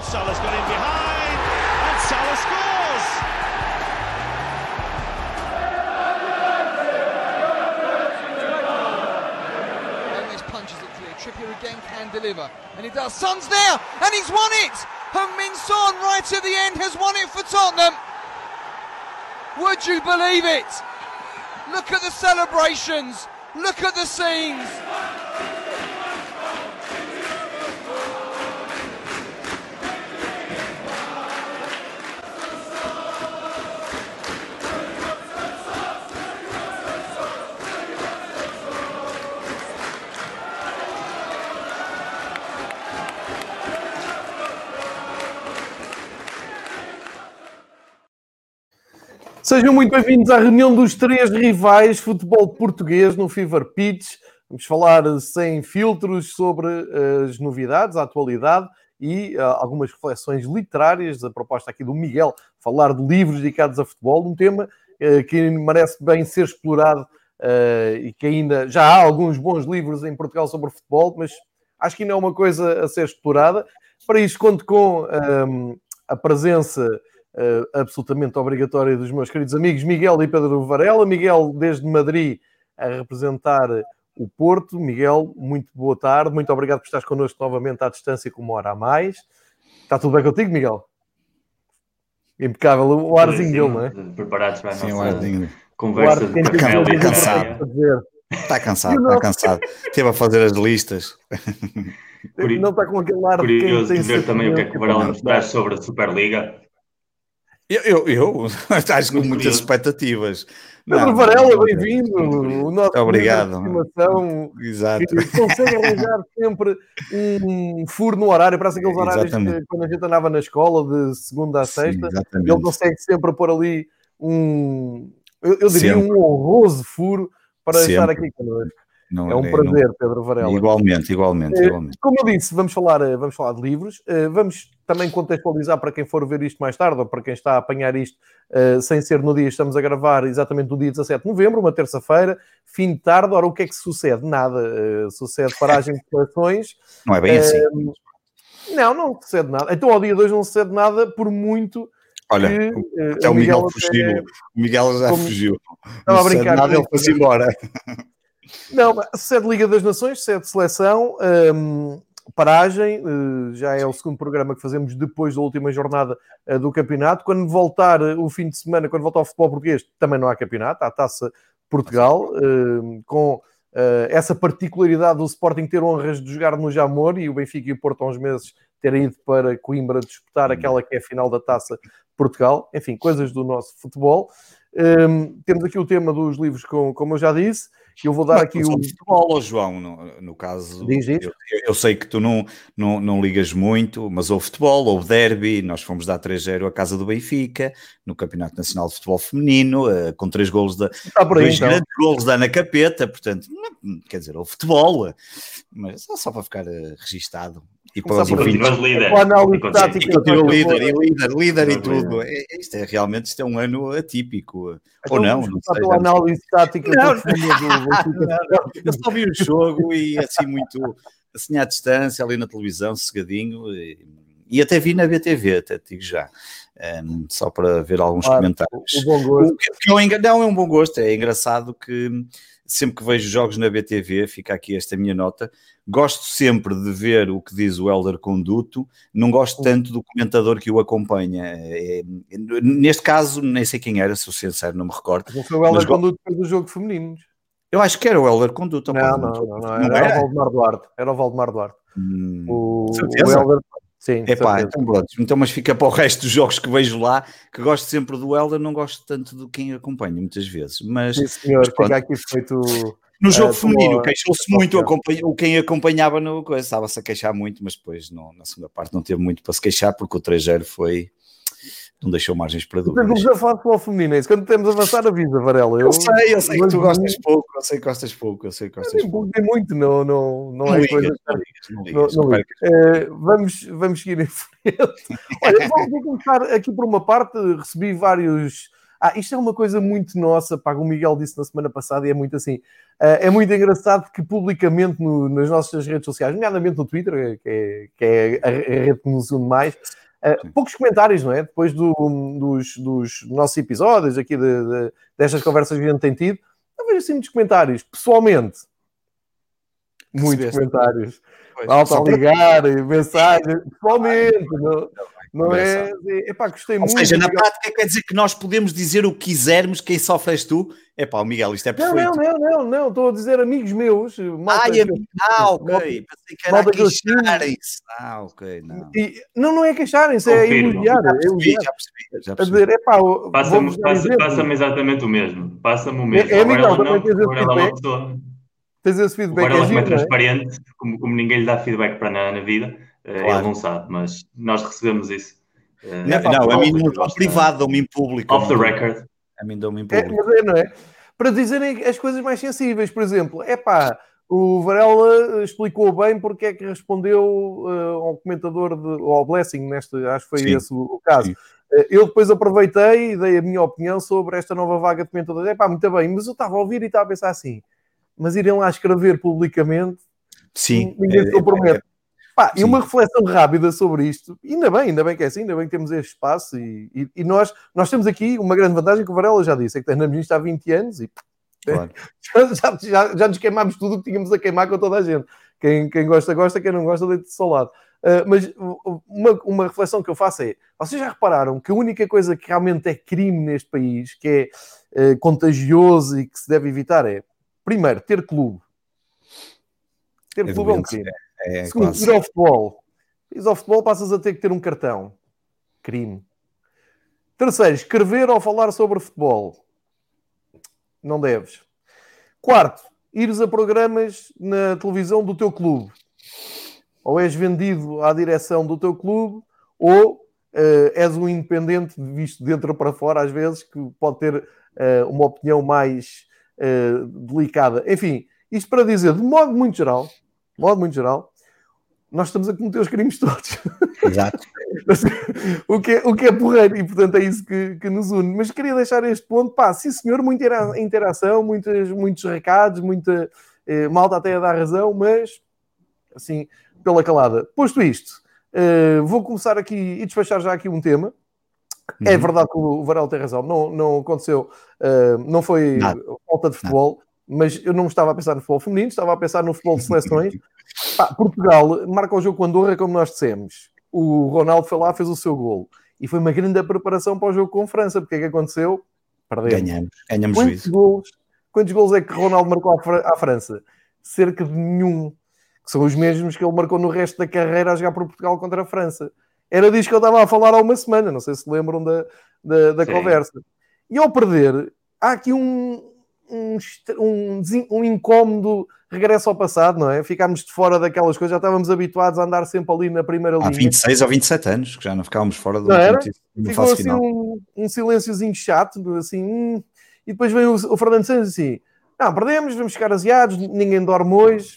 Salah's got in behind, and Salah scores! Gomez punches it clear. Trippier again can deliver, and he does. Son's there, and he's won it! Heung-min Son, right at the end, has won it for Tottenham. Would you believe it? Look at the celebrations. Look at the scenes. Sejam muito bem-vindos à reunião dos três rivais futebol português no Fever Pitch. Vamos falar sem filtros sobre as novidades, a atualidade e algumas reflexões literárias. A proposta aqui do Miguel, falar de livros dedicados a futebol, um tema que merece bem ser explorado e que ainda já há alguns bons livros em Portugal sobre futebol, mas acho que ainda é uma coisa a ser explorada. Para isso conto com a presença absolutamente obrigatória dos meus queridos amigos Miguel e Pedro Varela. Miguel desde Madrid a representar o Porto. Miguel, muito boa tarde, muito obrigado por estares connosco novamente à distância com uma hora a mais. Está tudo bem contigo, Miguel? Impecável, o arzinho dele, não é? Preparados para a nossa conversa de café. Está cansado. Esteve a fazer as listas. Não está com aquele ar de quem tem ver também o que é que o Varela nos traz sobre a Superliga. Eu acho com muitas expectativas. Pedro Varela, bem-vindo. O nosso obrigado. Exato. Que consegue arranjar sempre um furo no horário, parece aqueles horários que quando a gente andava na escola de segunda a sexta, ele consegue sempre pôr ali eu diria um honroso furo para estar aqui connosco. É um prazer, Pedro Varela. Igualmente. Como eu disse, vamos falar de livros. Vamos também contextualizar para quem for ver isto mais tarde, ou para quem está a apanhar isto sem ser no dia. Estamos a gravar exatamente no dia 17 de novembro, uma terça-feira, fim de tarde. Ora, o que é que sucede? Nada. Sucede paragem de coleções. Não é bem assim. Não sucede nada. Então, ao dia 2 não sucede nada, por muito... Olha, até o Miguel fugiu. O Miguel já fugiu. Estava a brincar. Nada, ele foi-se embora. Não, sede Liga das Nações, sede seleção, paragem, já é o segundo programa que fazemos depois da última jornada do campeonato. Quando voltar o fim de semana, quando voltar ao futebol português, também não há campeonato, há Taça Portugal, com essa particularidade do Sporting ter honras de jogar no Jamor e o Benfica e o Porto há uns meses terem ido para Coimbra disputar aquela que é a final da Taça Portugal. Enfim, coisas do nosso futebol. Temos aqui o tema dos livros, como eu já disse. Eu vou dar aqui o futebol, João, no caso. Eu sei que tu não ligas muito, mas houve futebol, houve derby. Nós fomos dar 3-0 à casa do Benfica no Campeonato Nacional de Futebol Feminino, com 3 golos grandes golos da Ana Capeta. Portanto, quer dizer, houve futebol, mas é só para ficar registado. E para os ouvintes, líder e tudo. Isto é um ano atípico. Ou não? A análise tática. Eu só vi o jogo e assim muito assim à distância, ali na televisão, sossegadinho. E até vi na BTV, até te digo já. Só para ver alguns comentários. O bom gosto. Não é um bom gosto. É engraçado que sempre que vejo jogos na BTV, fica aqui esta minha nota, gosto sempre de ver o que diz o Hélder Conduto, não gosto tanto do comentador que o acompanha. Neste caso, nem sei quem era, se eu sincero, não me recordo. Não foi o Hélder Conduto que fez o jogo feminino. Eu acho que era o Hélder Conduto. Não, era o Valdemar Duarte. Era o Valdemar Duarte. O Hélder... Sim, então, mas fica para o resto dos jogos que vejo lá, que gosto sempre do Hélder, não gosto tanto de quem acompanha, muitas vezes. Mas, sim, senhor, fica aqui feito... No jogo feminino, queixou-se muito, quem acompanhava estava-se a queixar muito, mas depois na segunda parte não teve muito para se queixar, porque o 3-0 não deixou margens para dúvidas. Vamos a falar de futebol feminino, é isso. Quando temos avançar, avisa, Varela. Eu sei que tu gostas pouco, eu sei que gostas pouco. Não muito, não é coisa... Vamos seguir em frente. Olha, vou começar aqui por uma parte, recebi vários Isto é uma coisa muito nossa, pá, o Miguel disse na semana passada e é muito assim. É muito engraçado que publicamente nas nossas redes sociais, nomeadamente no Twitter, que é a rede que nos une mais, poucos comentários, não é? Depois dos nossos episódios, aqui destas conversas que a gente tem tido, não vejo assim muitos comentários. Pessoalmente, muitos comentários. Falta a ligar, mensagens, pessoalmente, não é? Epá, gostei muito. Ou seja, na prática quer dizer que nós podemos dizer o que quisermos, quem sofre és tu. Epá, Miguel, isto é perfeito. Não, estou a dizer amigos meus. Ok, pensei que era queixarem-se. Ok, não. Não é queixarem-se, é elogiar. Já percebi. A dizer, epá, passa-me exatamente o mesmo. Passa-me o mesmo. É Miguel, tens esse feedback. O Varela é transparente, como ninguém lhe dá feedback para nada na vida. Claro. Ele não sabe, mas nós recebemos isso. A mim não dão privado, dão-me em público. Off the record. A mim dão-me em público. Não é? Para dizerem as coisas mais sensíveis, por exemplo, o Varela explicou bem porque é que respondeu ao comentador, ao Blessing, acho que foi esse o caso. Sim. Eu depois aproveitei e dei a minha opinião sobre esta nova vaga de comentadores. Muito bem, mas eu estava a ouvir e estava a pensar assim, mas irem lá escrever publicamente, sim, ninguém se compromete. E uma reflexão rápida sobre isto, ainda bem que é assim, ainda bem que temos este espaço e nós temos aqui uma grande vantagem que o Varela já disse, é que está na ministra há 20 anos e claro. já nos queimámos tudo o que tínhamos a queimar com toda a gente. Quem gosta, quem não gosta, deita-se ao lado. Mas uma reflexão que eu faço é, vocês já repararam que a única coisa que realmente é crime neste país, que é contagioso e que se deve evitar é, primeiro, ter clube. Ter clube é um crime. Segundo, ir ao futebol. Ir ao futebol passas a ter que ter um cartão. Crime. Terceiro, escrever ou falar sobre futebol. Não deves. Quarto, ires a programas na televisão do teu clube. Ou és vendido à direção do teu clube, ou és um independente, visto de dentro para fora, às vezes, que pode ter uma opinião mais delicada. Enfim, isto para dizer, de modo muito geral, nós estamos a cometer os crimes todos. Exato. o que é porreiro, e portanto é isso que nos une. Mas queria deixar este ponto, sim senhor, muita interação, muitos recados, muita malta até a dar razão, mas assim, pela calada. Posto isto, vou começar aqui e despachar já aqui um tema. É verdade que o Varela tem razão, não aconteceu, não foi falta de futebol, mas eu não estava a pensar no futebol feminino, estava a pensar no futebol de seleções. Portugal marca o jogo com Andorra, como nós dissemos. O Ronaldo foi lá, fez o seu golo. E foi uma grande preparação para o jogo com a França. Porque é que aconteceu? Perdemos. Ganhamos quantos golos é que Ronaldo marcou à França? Cerca de nenhum. Que são os mesmos que ele marcou no resto da carreira a jogar por Portugal contra a França. Era disso que eu estava a falar há uma semana. Não sei se lembram da conversa. E ao perder, há aqui um incómodo regresso ao passado, não é? Ficámos de fora daquelas coisas, já estávamos habituados a andar sempre ali na primeira linha. Há 26 ou 27 anos, que já não ficávamos fora do Ficou assim um silênciozinho chato, assim, e depois vem o Fernando Santos assim, não, perdemos, vamos ficar aziados, ninguém dorme hoje,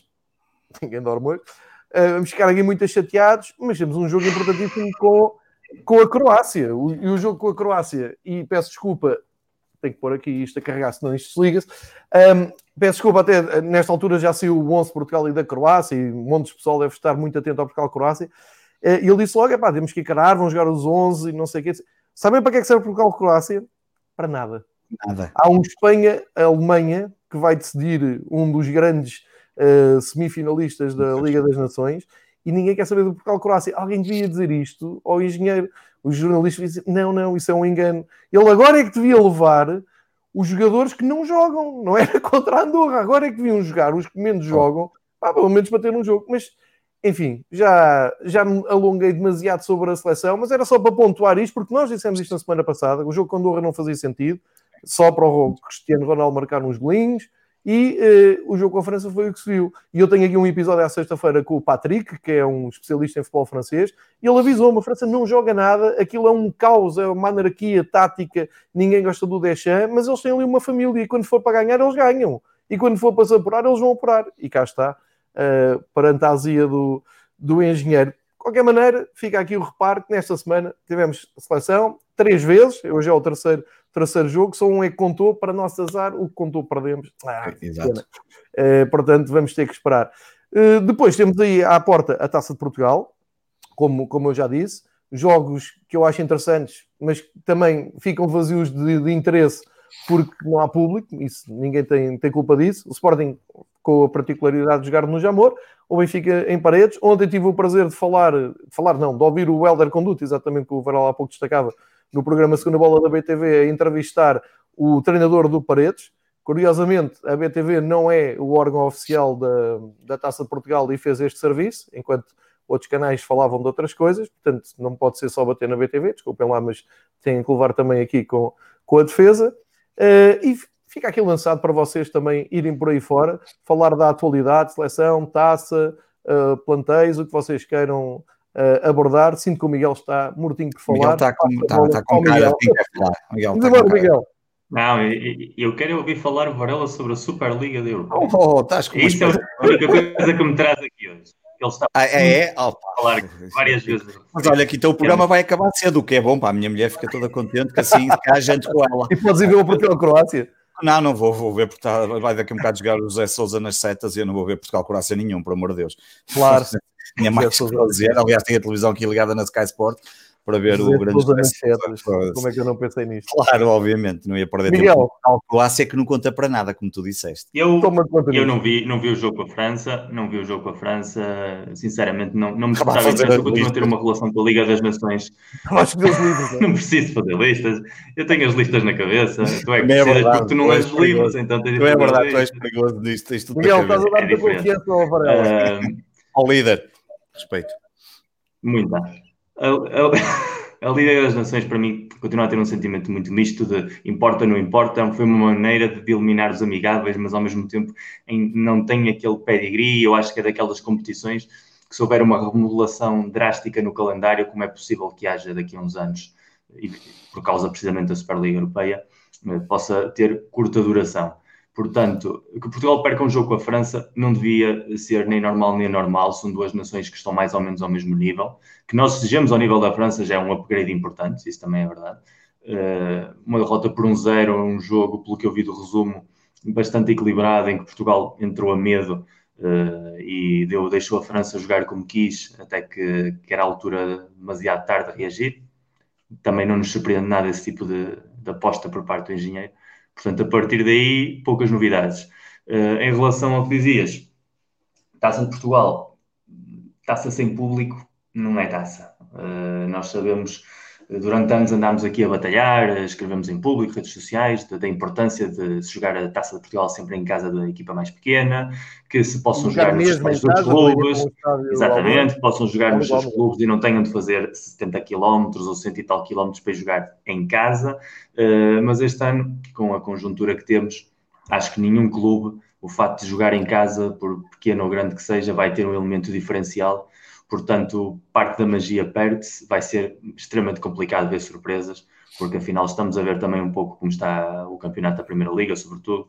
vamos ficar aqui muito chateados, mas temos um jogo importantíssimo com a Croácia, e o jogo com a Croácia, e peço desculpa, tenho que pôr aqui isto a carregar, senão isto desliga-se. Peço desculpa, até nesta altura já saiu o 11 Portugal e da Croácia, e um monte de pessoal deve estar muito atento ao Portugal-Croácia. E ele disse logo, temos que encarar, vão jogar os 11 e não sei o quê. Sabem para que é que serve o Portugal-Croácia? Para nada. Há um Espanha-Alemanha que vai decidir um dos grandes semifinalistas da Liga das Nações e ninguém quer saber do Portugal-Croácia. Alguém devia dizer isto ao engenheiro. Os jornalistas dizem, não, isso é um engano. Ele agora é que devia levar os jogadores que não jogam. Não era contra a Andorra. Agora é que deviam jogar os que menos jogam, pelo menos para ter um jogo. Mas, enfim, já me alonguei demasiado sobre a seleção, mas era só para pontuar isto, porque nós dissemos isto na semana passada. O jogo com a Andorra não fazia sentido. Só para o Cristiano Ronaldo marcar uns golinhos. E o jogo com a França foi o que se viu. E eu tenho aqui um episódio à sexta-feira com o Patrick, que é um especialista em futebol francês, e ele avisou-me, a França não joga nada, aquilo é um caos, é uma anarquia tática, ninguém gosta do Deschamps, mas eles têm ali uma família, e quando for para ganhar, eles ganham. E quando for para se apurar, eles vão apurar. E cá está, perante a azia do engenheiro. De qualquer maneira, fica aqui o reparo que nesta semana tivemos seleção 3 vezes, hoje é o terceiro jogo, só um é que contou, para nosso azar, o que contou perdemos. Exato. Portanto, vamos ter que esperar. Depois temos aí à porta a Taça de Portugal, como eu já disse, jogos que eu acho interessantes, mas que também ficam vazios de interesse porque não há público, isso ninguém tem culpa disso. O Sporting com a particularidade de jogar no Jamor, o Benfica em Paredes. Ontem tive o prazer de ouvir o Hélder Conduto, exatamente que o Varal há pouco destacava, no programa Segunda Bola da BTV, a entrevistar o treinador do Paredes. Curiosamente, a BTV não é o órgão oficial da Taça de Portugal e fez este serviço, enquanto outros canais falavam de outras coisas, portanto não pode ser só bater na BTV, desculpem lá, mas têm que levar também aqui com a defesa. E fica aqui lançado para vocês também irem por aí fora, falar da atualidade, seleção, taça, planteios, o que vocês queiram abordar. Sinto que o Miguel está mortinho por falar. Miguel está com cara de quem quer falar. Miguel. Não, eu quero ouvir falar o Varela sobre a Superliga da Europa. Estás com Isso é a única coisa que me traz aqui hoje. Ele está a falar várias vezes. Mas olha, aqui então o programa vai acabar cedo, o que é bom, para a minha mulher fica toda contente, que assim cá gente com ela. E podes ir ver o Portugal-Croácia? Não vou ver, porque vai daqui a um bocado jogar o José Sousa nas setas e eu não vou ver Portugal-Croácia nenhum, por amor de Deus. Claro. Tinha mais que fazer. Aliás, tem a televisão aqui ligada na Sky Sport para ver o grande... Como é que eu não pensei nisto? Claro, obviamente, não ia perder tempo. A Croácia que não conta para nada, como tu disseste. Eu não vi o jogo com a França, sinceramente não me importava tanto. Eu continuo a ter uma relação com a Liga das Nações. Não preciso fazer listas, eu tenho as listas na cabeça. Tu é que precisas porque tu não lês os livros, então tens de fazer. É verdade, tu és perigoso nisto. Miguel, estás a dar muita confiança ao Varela. Ao líder, respeito. Muita. A Liga das Nações, para mim, continua a ter um sentimento muito misto de importa, não importa. Foi uma maneira de eliminar os amigáveis, mas ao mesmo tempo não tem aquele pedigree. Eu acho que é daquelas competições que, se houver uma remodelação drástica no calendário, como é possível que haja daqui a uns anos, e por causa precisamente da Superliga Europeia, possa ter curta duração. Portanto, que Portugal perca um jogo com a França não devia ser nem normal nem anormal. São duas nações que estão mais ou menos ao mesmo nível. Que nós estejamos ao nível da França já é um upgrade importante, isso também é verdade. Uma derrota por 1-0, um jogo, pelo que eu vi do resumo, bastante equilibrado, em que Portugal entrou a medo e deixou a França jogar como quis, até que era a altura demasiado tarde a reagir. Também não nos surpreende nada esse tipo de aposta por parte do engenheiro. Portanto, a partir daí, poucas novidades. Em relação ao que dizias, Taça de Portugal, taça sem público, não é taça. Nós sabemos, durante anos andámos aqui a batalhar, escrevemos em público, redes sociais, da importância de se jogar a Taça de Portugal sempre em casa da equipa mais pequena, que se possam jogar nos seus clubes, exatamente, que possam jogar nos seus clubes e não tenham de fazer 70 km ou 100 e tal quilómetros para jogar em casa. Mas este ano, com a conjuntura que temos, acho que nenhum clube, o facto de jogar em casa, por pequeno ou grande que seja, vai ter um elemento diferencial. Portanto, parte da magia perde-se, vai ser extremamente complicado ver surpresas, porque afinal estamos a ver também um pouco como está o campeonato da Primeira Liga, sobretudo.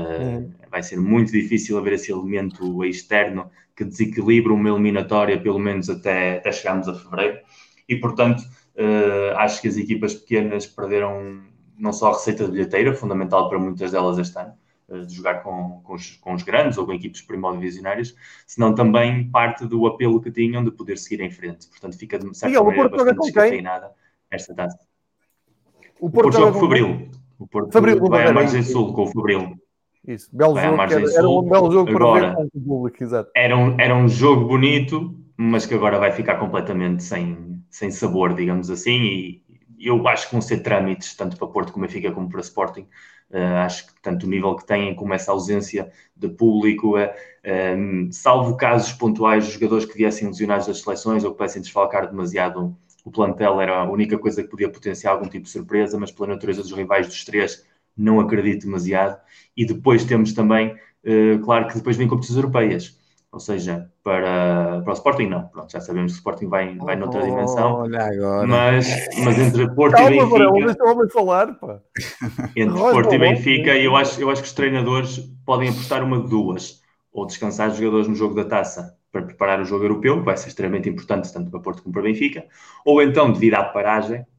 Vai ser muito difícil haver esse elemento externo que desequilibra uma eliminatória, pelo menos até chegarmos a fevereiro. E, portanto, acho que as equipas pequenas perderam não só a receita de bilheteira, fundamental para muitas delas este ano, de jogar com os grandes ou com equipes primodivisionárias, senão também parte do apelo que tinham de poder seguir em frente. Portanto, fica de certa maneira bastante descafeinada esta taça. O Porto joga com o Fabril. O Porto vai à margem sul com o Fabril. Isso, belo jogo, era um belo jogo para ver com o público, exato. Era um jogo bonito, mas que agora vai ficar completamente sem sabor, digamos assim, e eu acho que vão ser trâmites, tanto para Porto como Benfica como para Sporting. Acho que tanto o nível que têm como essa ausência de público, salvo casos pontuais de jogadores que viessem lesionados das seleções ou que pudessem desfalcar demasiado o plantel, era a única coisa que podia potenciar algum tipo de surpresa, mas pela natureza dos rivais dos três não acredito demasiado. E depois temos também, claro que depois vem competições europeias, ou seja, para o Sporting não, pronto, já sabemos que o Sporting vai noutra dimensão, mas entre Porto e Benfica, deixa o homem falar, pá. Entre Porto e Benfica, eu acho que os treinadores podem apostar uma de duas, ou descansar os jogadores no jogo da taça para preparar o jogo europeu, que vai ser extremamente importante tanto para Porto como para Benfica, ou então, devido à paragem,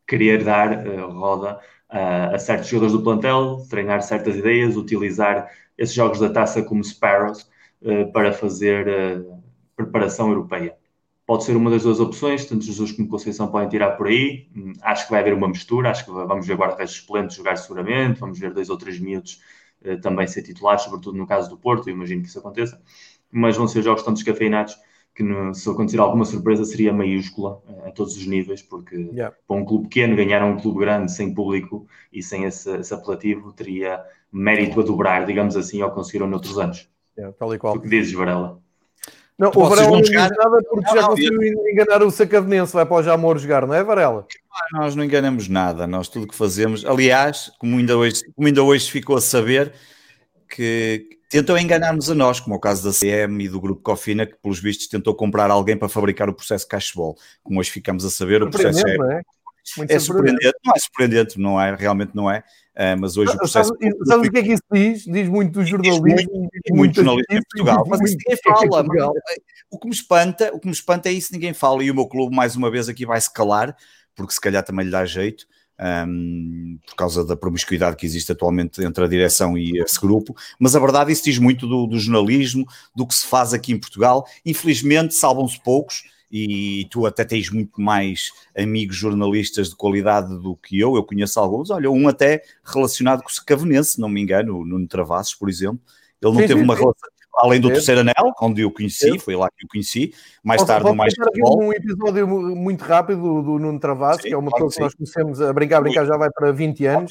querer dar roda a certos jogadores do plantel, treinar certas ideias, utilizar esses jogos da taça como sparrows para fazer preparação europeia. Pode ser uma das duas opções, tanto Jesus como Conceição podem tirar por aí. Acho que vai haver uma mistura, acho que vamos ver guarda-redes suplentes jogar seguramente, vamos ver 2 ou 3 miúdos também ser titulares, sobretudo no caso do Porto, eu imagino que isso aconteça, mas vão ser jogos tão descafeinados que se acontecer alguma surpresa seria maiúscula a todos os níveis, porque para um clube pequeno ganhar um clube grande sem público e sem esse apelativo teria mérito a dobrar, digamos assim, ao que conseguiram noutros anos. Tal e qual. O que dizes, Varela? Não, o Varela não diz nada porque já conseguiu enganar o Sacavenense, vai para o Jamor jogar, não é, Varela? Nós não enganamos nada, nós tudo o que fazemos, aliás, como ainda hoje ficou a saber, que tentam enganar-nos a nós, como é o caso da CM e do Grupo Cofina, que pelos vistos tentou comprar alguém para fabricar o processo de cashball. Como hoje ficamos a saber, o processo é surpreendente. Não é surpreendente, não é, realmente não é. Mas hoje o processo... Sabes o que é que isso diz? Diz muito do jornalismo. Muito jornalismo em Portugal. Mas isso ninguém fala. O que me espanta é isso, ninguém fala. E o meu clube, mais uma vez, aqui vai-se calar, porque se calhar também lhe dá jeito. Por causa da promiscuidade que existe atualmente entre a direção e esse grupo, mas a verdade isso diz muito do jornalismo, do que se faz aqui em Portugal. Infelizmente salvam-se poucos e tu até tens muito mais amigos jornalistas de qualidade do que eu conheço alguns, olha, um até relacionado com o Sacavenense, não me engano, o Nuno Travassos, por exemplo, ele não teve uma relação, além do Terceiro Anel, onde eu conheci, foi lá que eu conheci, mais tarde no Mais Futebol. Um episódio muito rápido do Nuno Travassos, que é uma pessoa que nós conhecemos a brincar, já vai para 20 anos,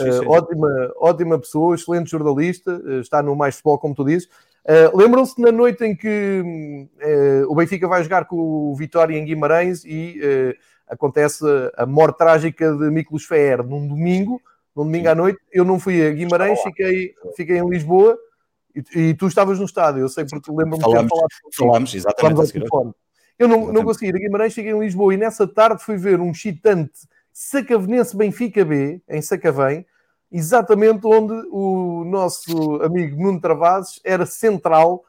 ótima pessoa, excelente jornalista, está no Mais Futebol, como tu dizes. Lembram-se na noite em que o Benfica vai jogar com o Vitória em Guimarães e acontece a morte trágica de Miklos Ferrer num domingo à noite. Eu não fui a Guimarães, fiquei em Lisboa. E tu estavas no estádio, eu sei porque lembro-me de ter falado. Falamos, exatamente. Eu não consegui ir a Guimarães, cheguei em Lisboa e nessa tarde fui ver um excitante Sacavenense Benfica B, em Sacavém, exatamente onde o nosso amigo Nuno Travassos era central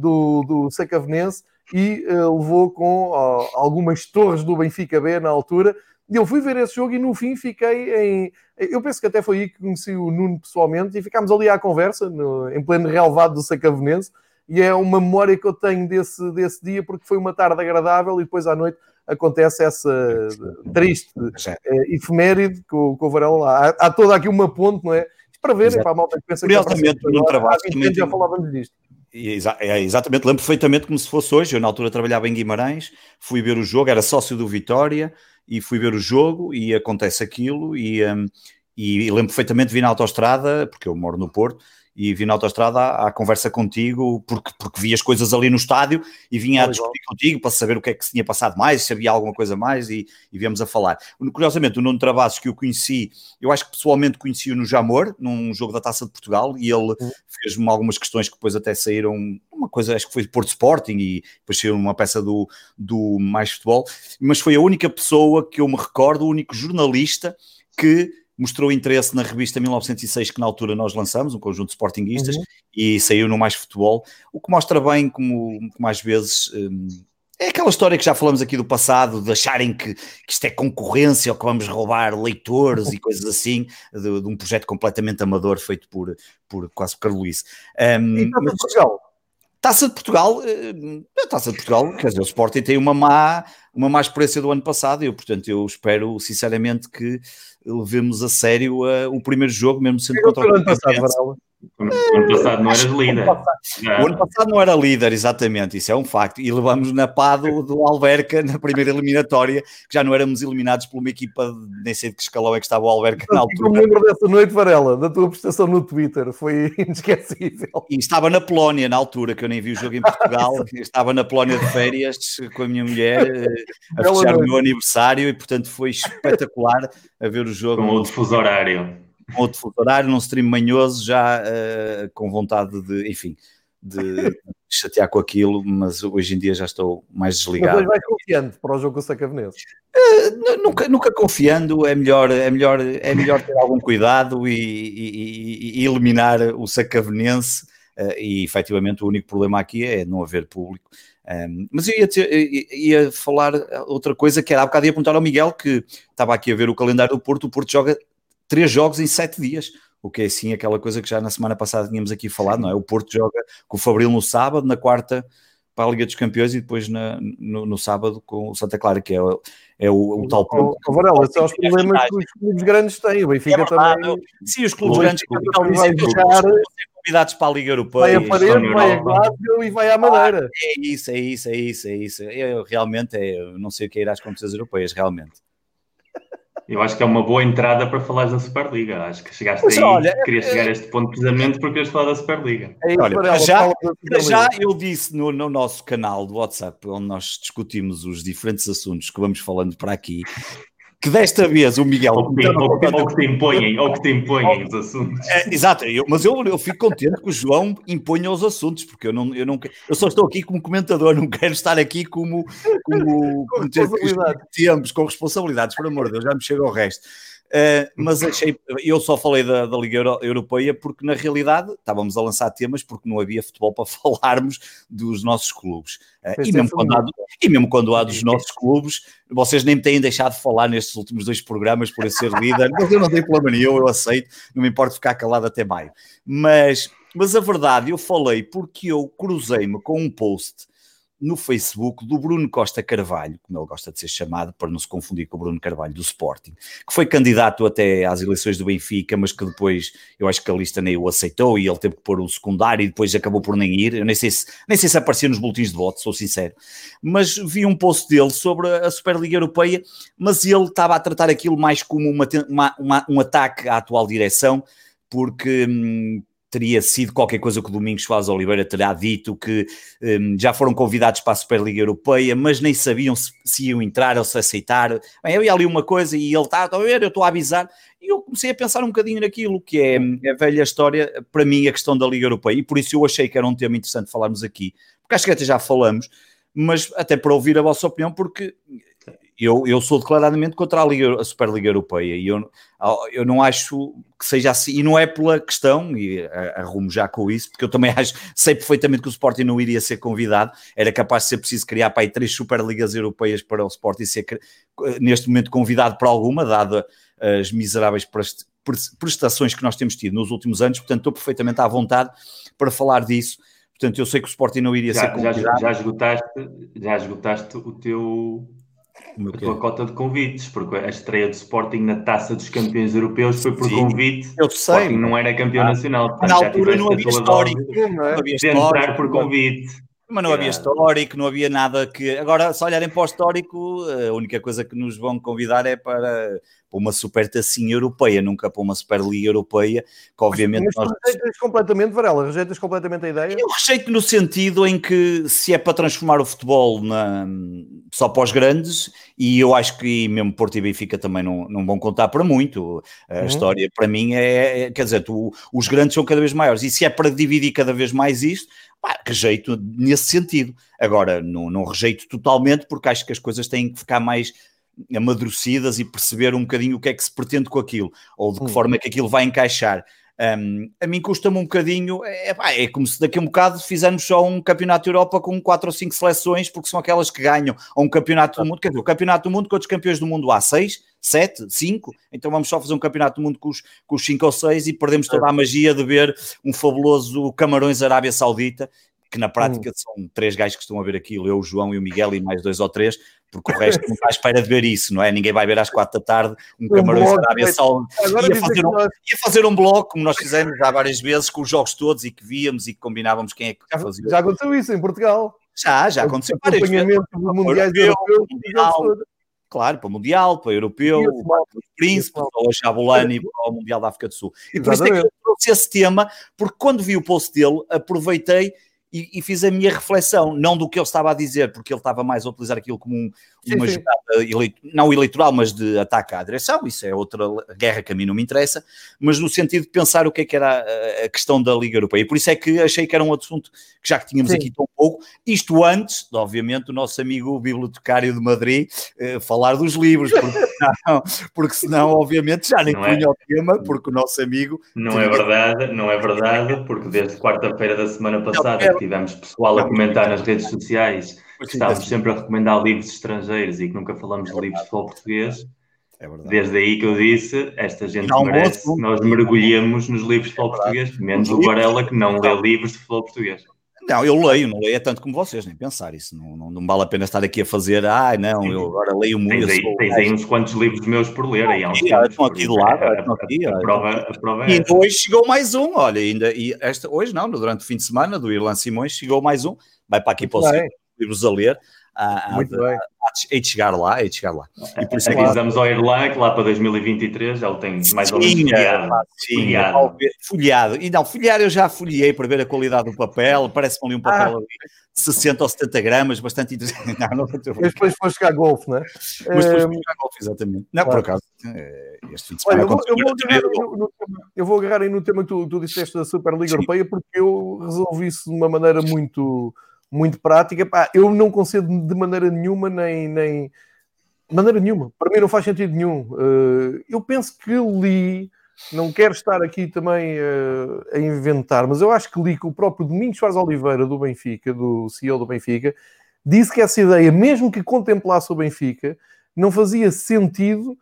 do Sacavenense e levou com algumas torres do Benfica B na altura. E eu fui ver esse jogo e no fim fiquei eu penso que até foi aí que conheci o Nuno pessoalmente e ficámos ali à conversa, em pleno relvado do Sacavenense, e é uma memória que eu tenho desse dia, porque foi uma tarde agradável e depois à noite acontece essa triste efeméride com o Varela lá. Há toda aqui uma ponte, não é? Para verem, para a malta que pensa curiosamente, que há 20 anos já falávamos disto. Exatamente, lembro perfeitamente como se fosse hoje. Eu na altura trabalhava em Guimarães, fui ver o jogo, era sócio do Vitória e fui ver o jogo e acontece aquilo e lembro perfeitamente de vir na autoestrada, porque eu moro no Porto, e vim na autoestrada à conversa contigo, porque vi as coisas ali no estádio e vinha a discutir contigo para saber o que é que se tinha passado mais, se havia alguma coisa mais e viemos a falar. Curiosamente, o Nuno Travassos, que eu conheci, eu acho que pessoalmente conheci-o no Jamor, num jogo da Taça de Portugal, e ele fez-me algumas questões que depois até saíram, uma coisa, acho que foi Porto Sporting, e depois saiu uma peça do Mais Futebol, mas foi a única pessoa que eu me recordo, o único jornalista que mostrou interesse na revista 1906 que na altura nós lançamos, um conjunto de sportinguistas, e saiu no Mais Futebol, o que mostra bem como às vezes é aquela história que já falamos aqui do passado, de acharem que isto é concorrência ou que vamos roubar leitores e coisas assim, de um projeto completamente amador feito por quase Carluíce. Taça de Portugal, quer dizer, o Sporting tem uma má experiência do ano passado e portanto eu espero sinceramente que levemos a sério o primeiro jogo, mesmo sendo contra o ano passado. O ano passado não eras líder. O ano passado não era líder, exatamente, isso é um facto. E levamos na pá do Alverca na primeira eliminatória, que já não éramos eliminados por uma equipa, nem sei de que escalão é que estava o Alverca na altura. Eu me lembro dessa noite, Varela, da tua prestação no Twitter, foi inesquecível. E estava na Polónia na altura, que eu nem vi o jogo em Portugal, estava na Polónia de férias com a minha mulher a fechar o meu aniversário e portanto foi espetacular a ver o jogo. Com outro fuso horário. Outro fuso horário, num stream manhoso, já com vontade de chatear com aquilo, mas hoje em dia já estou mais desligado. Mas hoje vais confiante para o jogo com o Sacavenense? Nunca confiando, é melhor ter algum cuidado e eliminar o Sacavenense, e efetivamente o único problema aqui é não haver público. Mas eu ia falar outra coisa, que era há bocado ia perguntar ao Miguel, que estava aqui a ver o calendário do Porto. O Porto joga 3 jogos em 7 dias, o que é assim aquela coisa que já na semana passada tínhamos aqui falado, não é? O Porto joga com o Fabril no sábado, na quarta para a Liga dos Campeões e depois no sábado com o Santa Clara, que é o tal ponto. Varela, esses são os problemas que os clubes grandes têm. O Benfica também. Sim, os clubes grandes vai deixar convidados para a Liga Europeia. Vai a Paredes, vai a Glasgow e vai à Madeira. É isso. Eu realmente não sei o que é ir às competições europeias, realmente. Eu acho que é uma boa entrada para falares da Superliga. Acho que chegaste aí, queria chegar a este ponto precisamente porque queres falar da Superliga. Olha, já eu disse no nosso canal do WhatsApp, onde nós discutimos os diferentes assuntos que vamos falando para aqui, que desta vez o Miguel... Ou que te impõem os assuntos. Exato, mas eu fico contente que o João imponha os assuntos, porque eu só estou aqui como comentador, não quero estar aqui como temos com responsabilidades, por amor de Deus, já me chega ao resto. Mas eu só falei da Liga Europeia porque na realidade estávamos a lançar temas porque não havia futebol para falarmos dos nossos clubes, e mesmo quando há dos nossos clubes, vocês nem me têm deixado de falar nestes últimos 2 programas por eu ser líder, mas eu não tenho problema nenhum, eu aceito, não me importa ficar calado até maio, mas a verdade, eu falei porque eu cruzei-me com um post no Facebook do Bruno Costa Carvalho, como ele gosta de ser chamado, para não se confundir com o Bruno Carvalho do Sporting, que foi candidato até às eleições do Benfica, mas que depois, eu acho que a lista nem o aceitou e ele teve que pôr o secundário e depois acabou por nem ir. Eu nem sei se aparecia nos boletins de voto, sou sincero. Mas vi um post dele sobre a Superliga Europeia, mas ele estava a tratar aquilo mais como um ataque à atual direção, porque... teria sido qualquer coisa que o Domingos Soares Oliveira terá dito, que já foram convidados para a Superliga Europeia, mas nem sabiam se iam entrar ou se aceitar. Bem, eu ia ali uma coisa e ele está a ver, eu estou a avisar, e eu comecei a pensar um bocadinho naquilo, que é a velha história, para mim, a questão da Liga Europeia, e por isso eu achei que era um tema interessante falarmos aqui, porque acho que até já falamos, mas até para ouvir a vossa opinião, porque... Eu sou declaradamente contra a Superliga Europeia e eu não acho que seja assim, e não é pela questão, e arrumo já com isso, porque eu também sei perfeitamente que o Sporting não iria ser convidado, era capaz de ser preciso criar para aí 3 Superligas Europeias para o Sporting ser neste momento convidado para alguma, dada as miseráveis prestações que nós temos tido nos últimos anos, portanto estou perfeitamente à vontade para falar disso. Portanto eu sei que o Sporting não iria ser convidado. Já esgotaste a tua cota de convites, porque a estreia do Sporting na Taça dos Campeões Europeus foi por convite. Eu sei. O Sporting não era campeão nacional. Portanto, na altura não havia histórico. De entrar por convite. Mas não havia histórico, não havia nada que... Agora, se olharem para o histórico, a única coisa que nos vão convidar é para uma supertacinha europeia, nunca para uma Superliga Europeia, que obviamente... Mas rejeitas completamente, Varela? Rejeitas completamente a ideia? Eu rejeito no sentido em que se é para transformar o futebol só para os grandes, e eu acho que mesmo Porto e Benfica também não vão contar para muito. A história, para mim, quer dizer, os grandes são cada vez maiores, e se é para dividir cada vez mais isto, rejeito nesse sentido. Agora, não rejeito totalmente, porque acho que as coisas têm que ficar mais amadurecidas e perceber um bocadinho o que é que se pretende com aquilo, ou de que forma é que aquilo vai encaixar. A mim custa-me um bocadinho, é como se daqui a um bocado fizermos só um campeonato de Europa com 4 ou 5 seleções, porque são aquelas que ganham, ou um campeonato do mundo, quer dizer, o campeonato do mundo, quantos campeões do mundo há? 6? 7? 5? Então vamos só fazer um campeonato do mundo com os 5 ou 6 e perdemos toda a magia de ver um fabuloso Camarões-Arábia Saudita, que na prática são 3 gajos que estão a ver aquilo, eu, o João e o Miguel e mais 2 ou 3, porque o resto não está à espera de ver isso, não é? Ninguém vai ver às 4 da tarde um Camarões-Arábia Saudita. Ia fazer um bloco, como nós fizemos já várias vezes, com os jogos todos e que víamos e que combinávamos quem é que fazia. Já aconteceu isso em Portugal. Já aconteceu várias vezes. Mundiais europeus. Claro, para o Mundial, para o Europeu, para o Príncipe, para o Chabulani, para o Mundial da África do Sul. E por isso é que eu trouxe esse tema, porque quando vi o post dele, aproveitei e fiz a minha reflexão, não do que ele estava a dizer, porque ele estava mais a utilizar aquilo como uma jogada, não eleitoral, mas de ataque à direção, isso é outra guerra que a mim não me interessa, mas no sentido de pensar o que era a questão da Liga Europeia. E por isso é que achei que era um assunto que já que tínhamos aqui tão pouco, isto antes, obviamente, o nosso amigo bibliotecário de Madrid falar dos livros, porque senão obviamente, já nem punha o tema, porque o nosso amigo... Não é verdade, porque desde quarta-feira da semana passada tivemos pessoal a comentar nas redes sociais que estávamos sempre a recomendar livros estrangeiros e que nunca falamos de livros de futebol português. É verdade. Desde aí que eu disse, esta gente merece que nós mergulhemos nos livros de futebol português, menos o Varela, que não lê livros de futebol português. Não, eu leio, não leio é tanto como vocês, nem pensar isso. Não vale a pena estar aqui a fazer, eu agora leio muito. Tens aí uns quantos livros meus por ler, aí há uns tempos. Estão aqui do lado, a prova é. E hoje chegou mais um, olha, hoje não, durante o fim de semana do Irlan Simões chegou mais um, vai para aqui para os livros a ler. Hei de chegar lá. E por isso avisamos ao Irlan que lá para 2023 já o tem mais ou menos folheado. E não, folhear eu já folhei para ver a qualidade do papel, parece-me ali um papel ali de 60 ou 70 gramas, bastante interessante. Mas depois foi jogar golfe, não é? Mas depois foi jogar golfe, exatamente. Não, por acaso, este fim de semana... Eu vou agarrar aí no tema que tu disseste da Superliga Europeia, porque eu resolvi isso de uma maneira muito prática. Eu não concedo de maneira nenhuma, nem maneira nenhuma. Para mim não faz sentido nenhum. Eu penso que li, não quero estar aqui também a inventar, mas eu acho que li que o próprio Domingos Soares Oliveira do Benfica, do CEO do Benfica, disse que essa ideia, mesmo que contemplasse o Benfica, não fazia sentido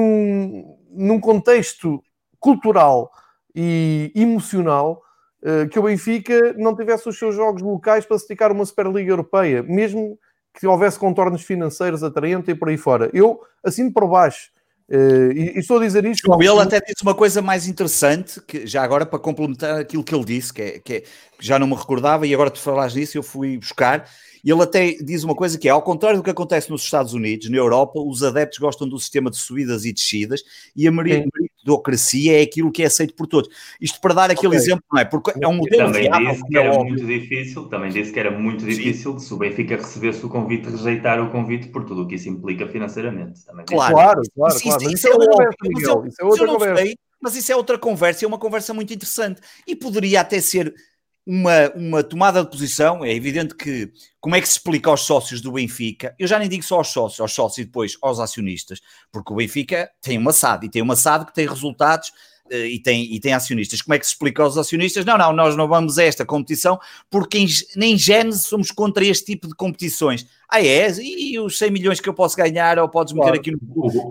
num contexto cultural e emocional que o Benfica não tivesse os seus jogos locais para se dedicar a uma Superliga Europeia, mesmo que houvesse contornos financeiros atraentes e por aí fora. Eu assino por baixo. E estou a dizer isto... Ele até disse uma coisa mais interessante, que já agora para complementar aquilo que ele disse, que já não me recordava, e agora tu falaste nisso, eu fui buscar, e ele até diz uma coisa que é, ao contrário do que acontece nos Estados Unidos, na Europa, os adeptos gostam do sistema de subidas e descidas, e a meritocracia é aquilo que é aceito por todos. Isto para dar aquele exemplo, não é? Porque é um modelo viável. Também disse que era muito difícil se o Benfica recebesse o convite, rejeitar o convite por tudo o que isso implica financeiramente. Também claro. Isso é outra conversa. Mas isso é outra conversa, é uma conversa muito interessante. E poderia até ser uma tomada de posição. É evidente que, como é que se explica aos sócios do Benfica, eu já nem digo só aos sócios e depois aos acionistas, porque o Benfica tem uma SAD, e tem uma SAD que tem resultados e tem acionistas. Como é que se explica aos acionistas? Não, nós não vamos a esta competição porque nem Gênesis somos contra este tipo de competições. E os 100 milhões que eu posso ganhar, ou podes meter aqui no... O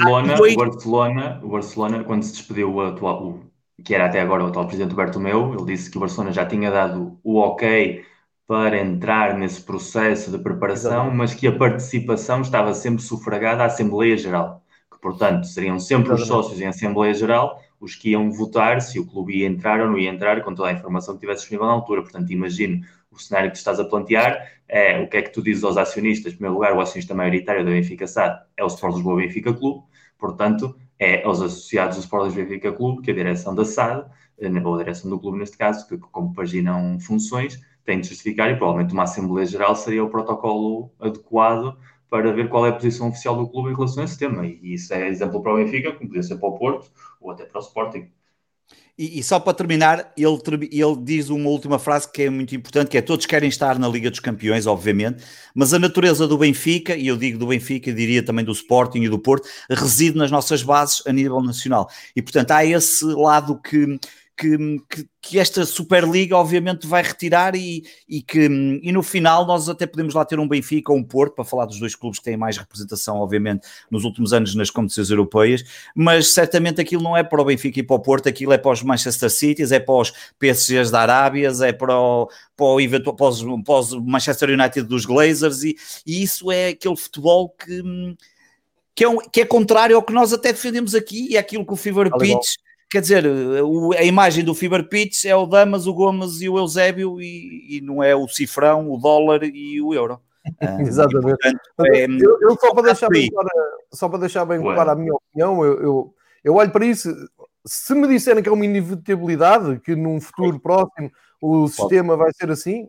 Barcelona, quando se despediu o atual, que era até agora o atual presidente Bartomeu, ele disse que o Barcelona já tinha dado o ok para entrar nesse processo de preparação, mas que a participação estava sempre sufragada à Assembleia Geral, que portanto seriam sempre os sócios em Assembleia Geral os que iam votar se o clube ia entrar ou não ia entrar, com toda a informação que tivesse disponível na altura. Portanto, imagino o cenário que tu estás a plantear, o que é que tu dizes aos acionistas? Em primeiro lugar, o acionista maioritário da Benfica SAD é o Sport Lisboa Benfica Clube, portanto, é aos associados do Sport Lisboa Benfica Clube que a direção da SAD, ou a direção do clube neste caso, que compaginam funções, tem de justificar, e provavelmente uma Assembleia Geral seria o protocolo adequado para ver qual é a posição oficial do clube em relação a esse tema. E isso é exemplo para o Benfica, como podia ser para o Porto ou até para o Sporting. E só para terminar, ele diz uma última frase que é muito importante, que é: todos querem estar na Liga dos Campeões, obviamente, mas a natureza do Benfica, e eu digo do Benfica, diria também do Sporting e do Porto, reside nas nossas bases a nível nacional. E, portanto, há esse lado que esta Superliga obviamente vai retirar e no final nós até podemos lá ter um Benfica ou um Porto, para falar dos dois clubes que têm mais representação obviamente nos últimos anos nas competições europeias, mas certamente aquilo não é para o Benfica e para o Porto, aquilo é para os Manchester Cities, é para os PSGs da Arábia, é para os Manchester United dos Glazers, e isso é aquele futebol que é contrário ao que nós até defendemos aqui, e é aquilo que o Fever Pitch... Quer dizer, a imagem do Fever Pitch é o Damas, o Gomes e o Eusébio, e não é o cifrão, o dólar e o euro. Exatamente. E, portanto, eu só para deixar bem clara a minha opinião, eu olho para isso. Se me disserem que é uma inevitabilidade, que num futuro próximo o sistema vai ser assim,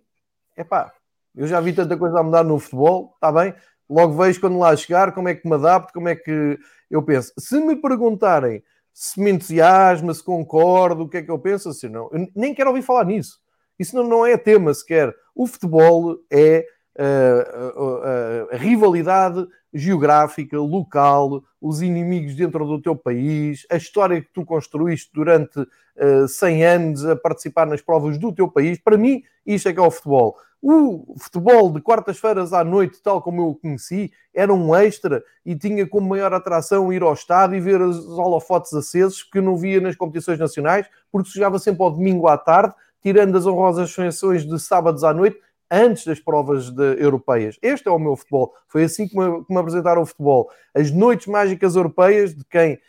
eu já vi tanta coisa a mudar no futebol, está bem? Logo vejo quando lá chegar como é que me adapto, como é que eu penso. Se me perguntarem se me entusiasma, se concordo, o que é que eu penso, assim, não. Eu nem quero ouvir falar nisso. Isso não é tema sequer. O futebol é a rivalidade geográfica, local, os inimigos dentro do teu país, a história que tu construíste durante 100 anos a participar nas provas do teu país. Para mim, isto é que é o futebol. O futebol de quartas-feiras à noite, tal como eu o conheci, era um extra e tinha como maior atração ir ao estádio e ver os holofotes acesos que eu não via nas competições nacionais, porque se jogava sempre ao domingo à tarde, tirando as honrosas exceções de sábados à noite, antes das provas europeias. Este é o meu futebol. Foi assim que me apresentaram o futebol. As noites mágicas europeias, de quem...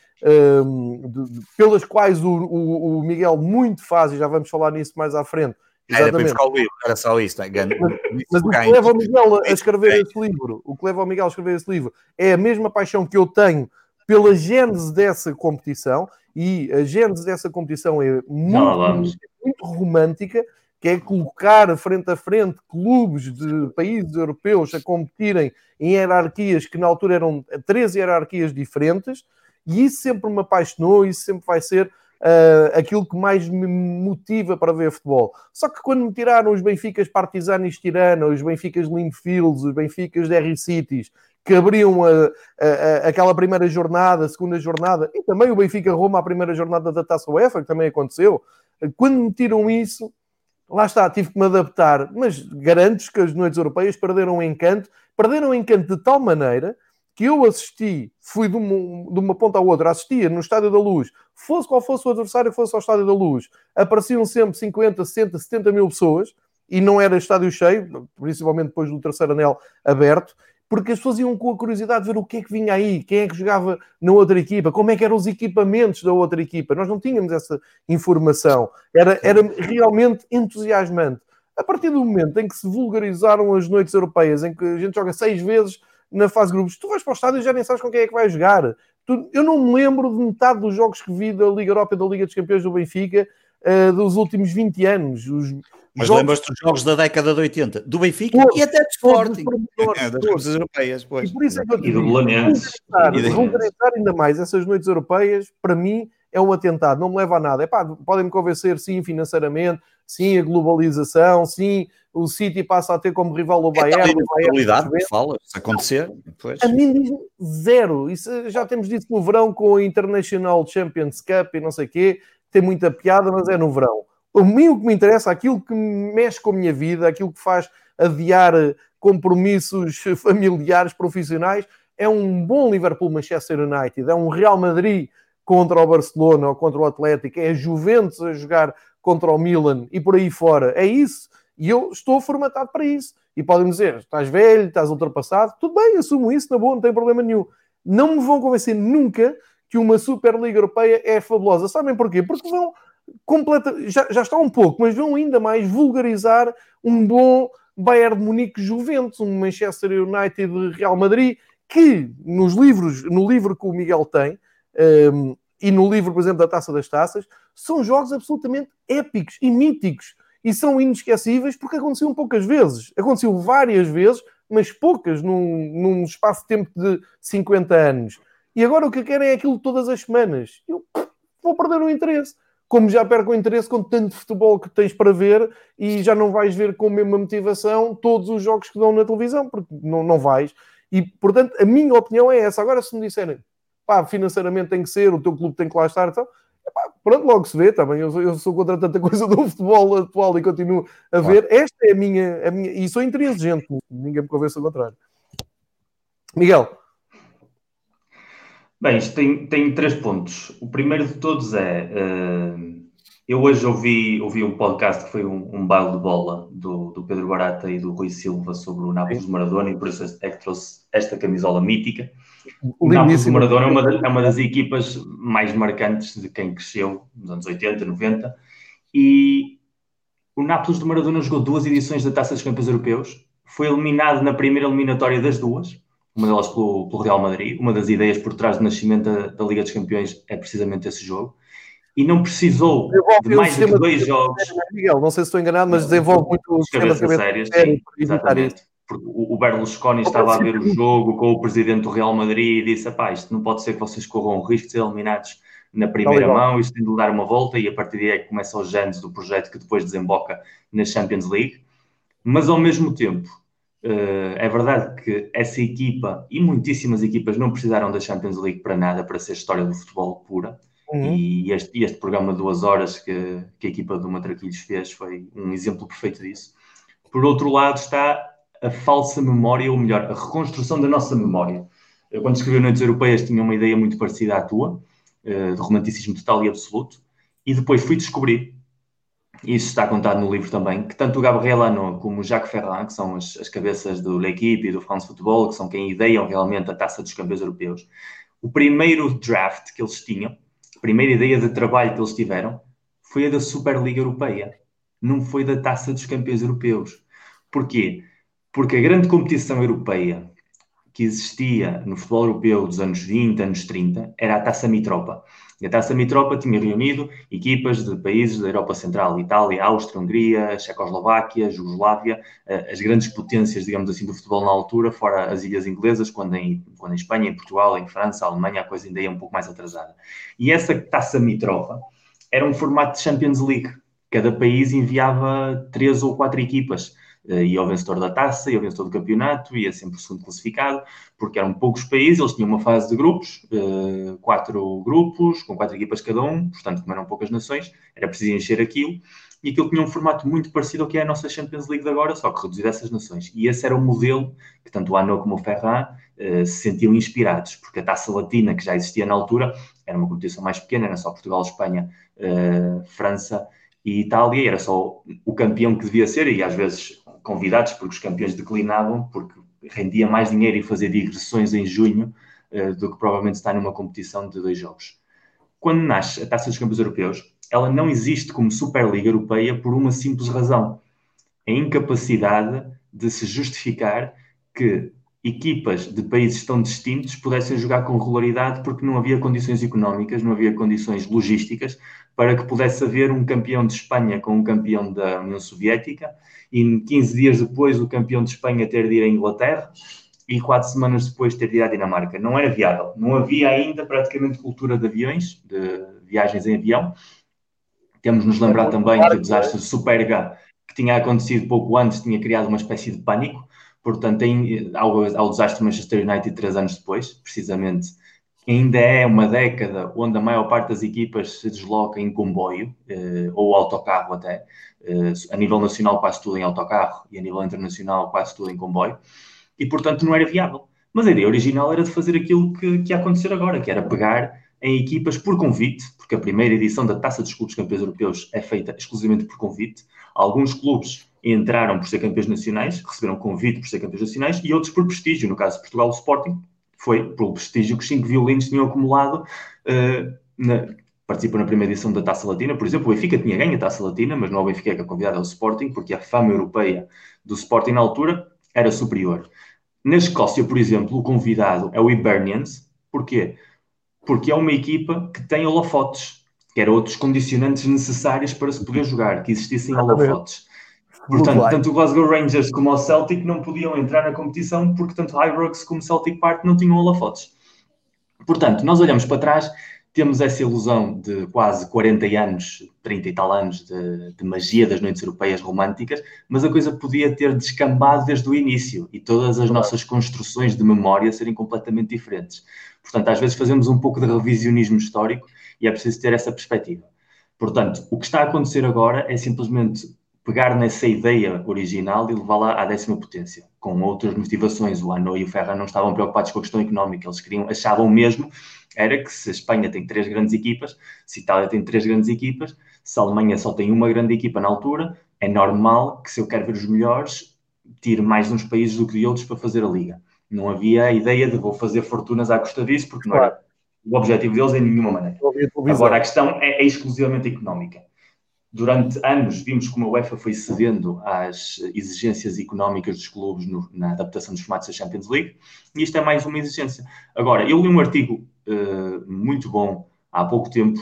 pelas quais o Miguel muito faz, e já vamos falar nisso mais à frente. Exatamente. Era só isso. Mas o que leva o Miguel a escrever esse livro, é a mesma paixão que eu tenho pela gênese dessa competição, e a gênese dessa competição é muito romântica, que é colocar frente a frente clubes de países europeus a competirem em hierarquias que na altura eram 13 hierarquias diferentes, e isso sempre me apaixonou, isso sempre vai ser aquilo que mais me motiva para ver futebol. Só que quando me tiraram os Benficas Partisanis Tirana, os Benficas Linfields, os Benficas Derry Cities, que abriam aquela primeira jornada, segunda jornada, e também o Benfica Roma, a primeira jornada da Taça UEFA, que também aconteceu, quando me tiram isso, lá está, tive que me adaptar, mas garanto que as noites europeias perderam o encanto de tal maneira que eu assisti, fui de uma ponta à outra, assistia no Estádio da Luz, fosse qual fosse o adversário que fosse ao Estádio da Luz, apareciam sempre 50, 60, 70 mil pessoas, e não era estádio cheio, principalmente depois do terceiro anel aberto, porque as pessoas iam com a curiosidade de ver o que é que vinha aí, quem é que jogava na outra equipa, como é que eram os equipamentos da outra equipa. Nós não tínhamos essa informação. Era realmente entusiasmante. A partir do momento em que se vulgarizaram as noites europeias, em que a gente joga 6 vezes na fase de grupos, tu vais para o estádio e já nem sabes com quem é que vai jogar. Eu não me lembro de metade dos jogos que vi da Liga Europa e da Liga dos Campeões do Benfica dos últimos 20 anos. Mas lembras-te dos jogos da década de 80? Do Benfica e até do Sporting. Das coisas europeias. Pois. E por isso é que eu e do Belenenses. Vulgarizar ainda mais essas noites europeias, para mim, é um atentado. Não me leva a nada. Podem-me convencer, sim, financeiramente, sim, a globalização, sim, o City passa a ter como rival o Bayern. A realidade que fala, se acontecer. Pois. A mim diz-me zero. Isso já temos dito no verão com a International Champions Cup e não sei o quê. Tem muita piada, mas é no verão. A mim o que me interessa, aquilo que mexe com a minha vida, aquilo que faz adiar compromissos familiares, profissionais, é um bom Liverpool-Manchester United, é um Real Madrid contra o Barcelona ou contra o Atlético, é a Juventus a jogar contra o Milan e por aí fora. É isso. E eu estou formatado para isso. E podem dizer, estás velho, estás ultrapassado. Tudo bem, assumo isso, na boa, não tem problema nenhum. Não me vão convencer nunca que uma Superliga Europeia é fabulosa. Sabem porquê? Porque vão já está um pouco, mas vão ainda mais vulgarizar um bom Bayern de Munique Juventus, um Manchester United Real Madrid, que no livro que o Miguel tem, e no livro, por exemplo, da Taça das Taças, são jogos absolutamente épicos e míticos, e são inesquecíveis porque aconteciam poucas vezes. Aconteceu várias vezes, mas poucas num espaço de tempo de 50 anos. E agora o que querem é aquilo todas as semanas. Eu vou perder o interesse. Como já perco o interesse com tanto futebol que tens para ver e já não vais ver com a mesma motivação todos os jogos que dão na televisão, porque não vais. E, portanto, a minha opinião é essa. Agora, se me disserem, financeiramente tem que ser, o teu clube tem que lá estar, então, pronto, logo se vê também. Eu sou contra tanta coisa do futebol atual e continuo a ver. Esta é a minha... E sou intransigente, ninguém me convence ao contrário. Miguel. Bem, isto tem 3 pontos. O primeiro de todos é... eu hoje ouvi um podcast que foi um baile de bola do Pedro Barata e do Rui Silva sobre o Nápoles de Maradona, e por isso é que trouxe esta camisola mítica. O Nápoles de Maradona é uma das equipas mais marcantes de quem cresceu nos anos 80, 90, e o Nápoles de Maradona jogou 2 edições da Taça dos Campeões Europeus, foi eliminado na primeira eliminatória das 2, uma delas pelo Real Madrid. Uma das ideias por trás do nascimento da Liga dos Campeões é precisamente esse jogo. E não precisou de mais do que 2 jogos. Miguel, não sei se estou enganado, mas desenvolve muito o sistema de séries. Exatamente. Porque o Berlusconi estava a ver o jogo com o presidente do Real Madrid e disse, isto não pode ser que vocês corram o risco de ser eliminados na primeira mão, isto tem de dar uma volta, e a partir daí é que começa o gênese do projeto que depois desemboca na Champions League. Mas ao mesmo tempo, É verdade que essa equipa e muitíssimas equipas não precisaram da Champions League para nada, para ser história do futebol pura. E este programa de 2 horas que a equipa do Matraquilhos fez foi um exemplo perfeito disso. Por outro lado está a falsa memória, ou melhor, a reconstrução da nossa memória. Eu, quando escrevi Noites Europeias, tinha uma ideia muito parecida à tua, de romanticismo total e absoluto, e depois fui descobrir, e isso está contado no livro também, que tanto o Gabriel Hano como o Jacques Ferrand, que são as cabeças do L'Équipe e do France Football, que são quem ideiam realmente a Taça dos Campeões Europeus, o primeiro draft que eles tinham, a primeira ideia de trabalho que eles tiveram, foi a da Superliga Europeia. Não foi da Taça dos Campeões Europeus. Porquê? Porque a grande competição europeia que existia no futebol europeu dos anos 20, anos 30, era a Taça Mitropa. E a Taça Mitropa tinha reunido equipas de países da Europa Central, Itália, Áustria, Hungria, Checoslováquia, Jugoslávia, as grandes potências, digamos assim, do futebol na altura, fora as ilhas inglesas, quando em Espanha, em Portugal, em França, Alemanha, a coisa ainda ia um pouco mais atrasada. E essa Taça Mitropa era um formato de Champions League. Cada país enviava 3 ou 4 equipas. Ia ao vencedor da taça, ia ao vencedor do campeonato, ia sempre o segundo classificado, porque eram poucos países, eles tinham uma fase de grupos, 4 grupos, com 4 equipas cada um, portanto, como eram poucas nações, era preciso encher aquilo, e aquilo tinha um formato muito parecido ao que é a nossa Champions League de agora, só que reduzido a essas nações. E esse era o modelo que tanto o Hano como o Ferrand se sentiam inspirados, porque a Taça Latina, que já existia na altura, era uma competição mais pequena, era só Portugal, Espanha, França e Itália, e era só o campeão que devia ser, e às vezes convidados, porque os campeões declinavam, porque rendia mais dinheiro e fazer digressões em junho do que provavelmente estar numa competição de 2 jogos. Quando nasce a Taça dos Campeões Europeus, ela não existe como Superliga Europeia por uma simples razão. A incapacidade de se justificar que equipas de países tão distintos pudessem jogar com regularidade, porque não havia condições económicas, não havia condições logísticas para que pudesse haver um campeão de Espanha com um campeão da União Soviética e 15 dias depois o campeão de Espanha ter de ir à Inglaterra e 4 semanas depois ter de ir à Dinamarca. Não era viável. Não havia ainda praticamente cultura de aviões, de viagens em avião. Temos de nos lembrar também que o desastre de Superga, que tinha acontecido pouco antes, tinha criado uma espécie de pânico. Portanto, ao desastre do Manchester United 3 anos depois, precisamente, ainda é uma década onde a maior parte das equipas se desloca em comboio, ou autocarro até. A nível nacional quase tudo em autocarro e a nível internacional quase tudo em comboio. E, portanto, não era viável. Mas a ideia original era de fazer aquilo que ia acontecer agora, que era pegar em equipas por convite, porque a primeira edição da Taça dos Clubes Campeões Europeus é feita exclusivamente por convite. Alguns clubes entraram por ser campeões nacionais, receberam convite por ser campeões nacionais, e outros por prestígio. No caso de Portugal, o Sporting foi pelo prestígio que os 5 violinos tinham acumulado, participam na primeira edição da Taça Latina. Por exemplo, o Benfica tinha ganho a Taça Latina, mas não é o Benfica que é convidado ao Sporting, porque a fama europeia do Sporting na altura era superior. Na Escócia, por exemplo, o convidado é o Hibernians. Porquê? Porque é uma equipa que tem holofotes, que eram outros condicionantes necessários para se poder jogar, que existissem holofotes. Portanto, tanto o Glasgow Rangers como o Celtic não podiam entrar na competição porque tanto Ibrox como Celtic Park não tinham holofotes. Portanto, nós olhamos para trás, temos essa ilusão de quase 40 anos, 30 e tal anos de magia das noites europeias românticas, mas a coisa podia ter descambado desde o início e todas as nossas construções de memória serem completamente diferentes. Portanto, às vezes fazemos um pouco de revisionismo histórico e é preciso ter essa perspectiva. Portanto, o que está a acontecer agora é simplesmente pegar nessa ideia original e levá-la à 10ª potência, com outras motivações. O Hano e o Ferrand não estavam preocupados com a questão económica, eles achavam mesmo era que se a Espanha tem 3 grandes equipas, se a Itália tem 3 grandes equipas, se a Alemanha só tem uma grande equipa na altura, é normal que se eu quero ver os melhores, tire mais de uns países do que de outros para fazer a liga. Não havia a ideia de vou fazer fortunas à custa disso, porque não era o objetivo deles em nenhuma maneira. Agora, a questão é exclusivamente económica. Durante anos vimos como a UEFA foi cedendo às exigências económicas dos clubes na adaptação dos formatos da Champions League, e isto é mais uma exigência. Agora, eu li um artigo muito bom há pouco tempo,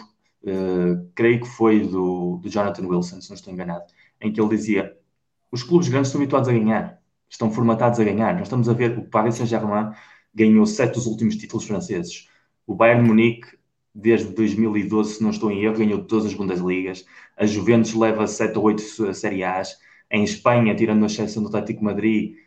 creio que foi do Jonathan Wilson, se não estou enganado, em que ele dizia: os clubes grandes estão habituados a ganhar, estão formatados a ganhar. Nós estamos a ver o Paris Saint-Germain ganhou 7 dos últimos títulos franceses. O Bayern Munique, desde 2012, se não estou em erro, ganhou todas as Bundesligas. A Juventus leva 7 ou 8 Série A's. Em Espanha, tirando a exceção do Atlético de Madrid,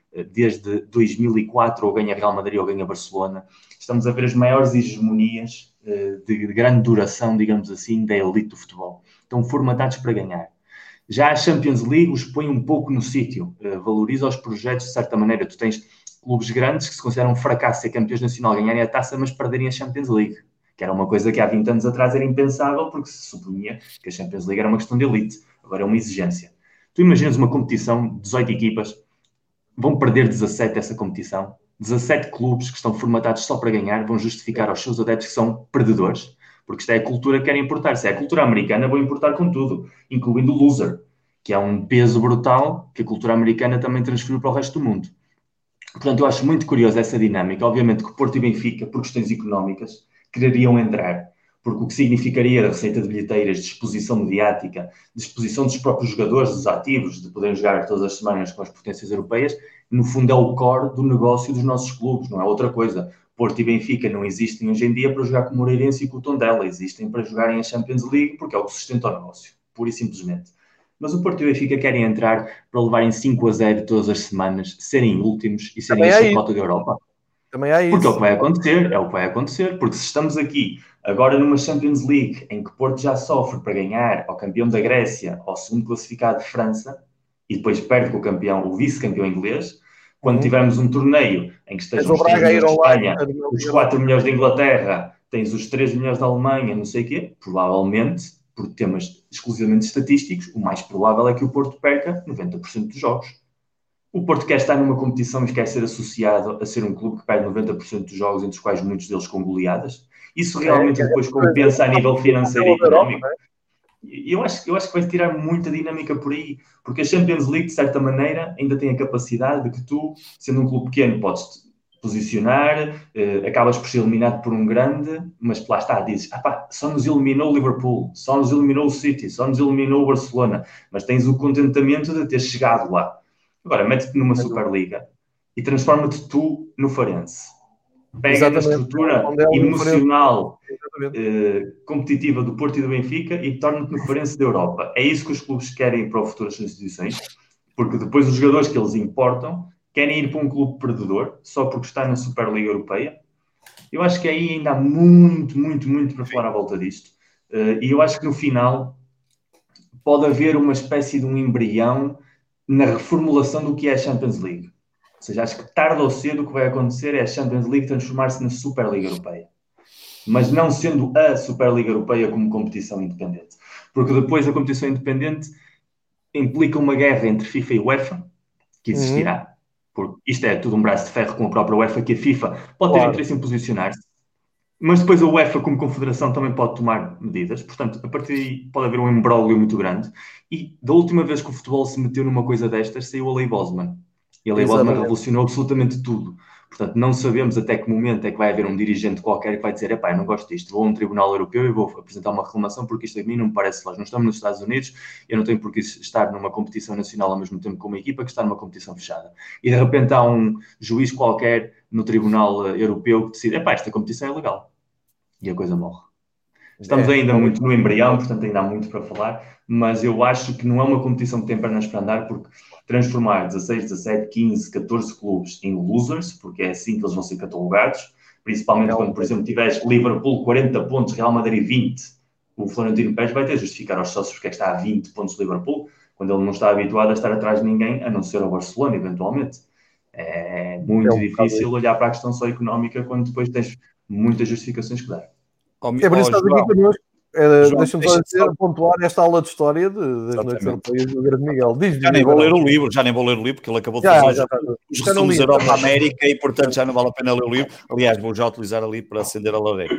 desde 2004, ou ganha Real Madrid ou ganha Barcelona. Estamos a ver as maiores hegemonias de grande duração, digamos assim, da elite do futebol. Estão formatados para ganhar. Já a Champions League os põe um pouco no sítio, valoriza os projetos de certa maneira. Tu tens clubes grandes que se consideram um fracasso ser campeões nacional, ganharem a taça, mas perderem a Champions League, que era uma coisa que há 20 anos atrás era impensável, porque se supunha que a Champions League era uma questão de elite, agora é uma exigência. Tu imaginas uma competição de 18 equipas, vão perder 17 dessa competição, 17 clubes que estão formatados só para ganhar, vão justificar aos seus adeptos que são perdedores, porque isto é a cultura que querem importar. Se é a cultura americana, vão importar com tudo, incluindo o loser, que é um peso brutal que a cultura americana também transferiu para o resto do mundo. Portanto, eu acho muito curiosa essa dinâmica. Obviamente que Porto e Benfica, por questões económicas, quereriam entrar, porque o que significaria a receita de bilheteiras, de exposição mediática, de exposição dos próprios jogadores, dos ativos, de poderem jogar todas as semanas com as potências europeias, no fundo é o core do negócio dos nossos clubes, não é outra coisa. Porto e Benfica não existem hoje em dia para jogar com o Moreirense e com o Tondela, existem para jogarem a Champions League, porque é o que sustenta o negócio, pura e simplesmente. Mas o Porto e o Benfica querem entrar para levarem 5-0 todas as semanas, serem últimos e serem a chacota da Europa. Também é isso. Porque é o que vai acontecer, é o que vai acontecer. Porque se estamos aqui, agora numa Champions League, em que Porto já sofre para ganhar ao campeão da Grécia, ao segundo classificado de França, e depois perde com o campeão, o vice-campeão inglês, quando tivermos um torneio em que estejam os 3 milhões de Espanha, os 4 milhões de Inglaterra, tens os 3 milhões da Alemanha, não sei o quê, provavelmente, por temas exclusivamente estatísticos, o mais provável é que o Porto perca 90% dos jogos. O Porto quer estar numa competição e quer ser associado a ser um clube que perde 90% dos jogos, entre os quais muitos deles com goleadas. Isso realmente depois compensa a nível financeiro e económico. E eu acho que vai tirar muita dinâmica por aí, porque a Champions League, de certa maneira, ainda tem a capacidade de que tu, sendo um clube pequeno, podes posicionar, acabas por ser eliminado por um grande, mas lá está, dizes, só nos eliminou o Liverpool, só nos eliminou o City, só nos eliminou o Barcelona, mas tens o contentamento de ter chegado lá. Agora, mete-te numa Superliga e transforma-te tu no Farense. Pega na estrutura emocional competitiva do Porto e do Benfica e torna-te no Farense da Europa. É isso que os clubes querem para o futuro das instituições, porque depois os jogadores que eles importam querem ir para um clube perdedor só porque está na Superliga Europeia. Eu acho que aí ainda há muito para falar à volta disto. E eu acho que no final pode haver uma espécie de um embrião na reformulação do que é a Champions League. Ou seja, acho que tarde ou cedo o que vai acontecer é a Champions League transformar-se na Superliga Europeia. Mas não sendo a Superliga Europeia como competição independente. Porque depois a competição independente implica uma guerra entre FIFA e UEFA, que existirá. Porque isto é tudo um braço de ferro com a própria UEFA, que a FIFA pode ter interesse em posicionar-se, mas depois a UEFA, como confederação, também pode tomar medidas. Portanto, a partir daí pode haver um imbróglio muito grande. E da última vez que o futebol se meteu numa coisa destas, saiu a Lei Bosman. E a Lei Bosman revolucionou absolutamente tudo. Portanto, não sabemos até que momento é que vai haver um dirigente qualquer que vai dizer, eu não gosto disto, vou a um tribunal europeu e vou apresentar uma reclamação porque isto a mim não me parece lógico. Nós estamos nos Estados Unidos, eu não tenho por que estar numa competição nacional ao mesmo tempo com uma equipa que está numa competição fechada. E de repente há um juiz qualquer no tribunal europeu que decide, esta competição é legal. E a coisa morre. Estamos ainda muito no embrião, portanto ainda há muito para falar, mas eu acho que não é uma competição que tem pernas para andar, porque transformar 16, 17, 15, 14 clubes em losers, porque é assim que eles vão ser catalogados, principalmente quando, por exemplo, tiveres Liverpool 40 pontos, Real Madrid 20, o Florentino Pérez vai ter de justificar aos sócios porque é que está a 20 pontos de Liverpool, quando ele não está habituado a estar atrás de ninguém, a não ser ao Barcelona, eventualmente. É muito difícil olhar para a questão só económica quando depois tens muitas justificações que dar. É por isso que estás aqui connosco. Deixa-me só pontuar esta aula de história das noites europeias do grande Miguel. Já nem vou ler o livro, porque ele acabou de fazer os resumos da Europa América e, portanto, já não vale a pena ler o livro. Aliás, vou já utilizar ali para acender a lareira.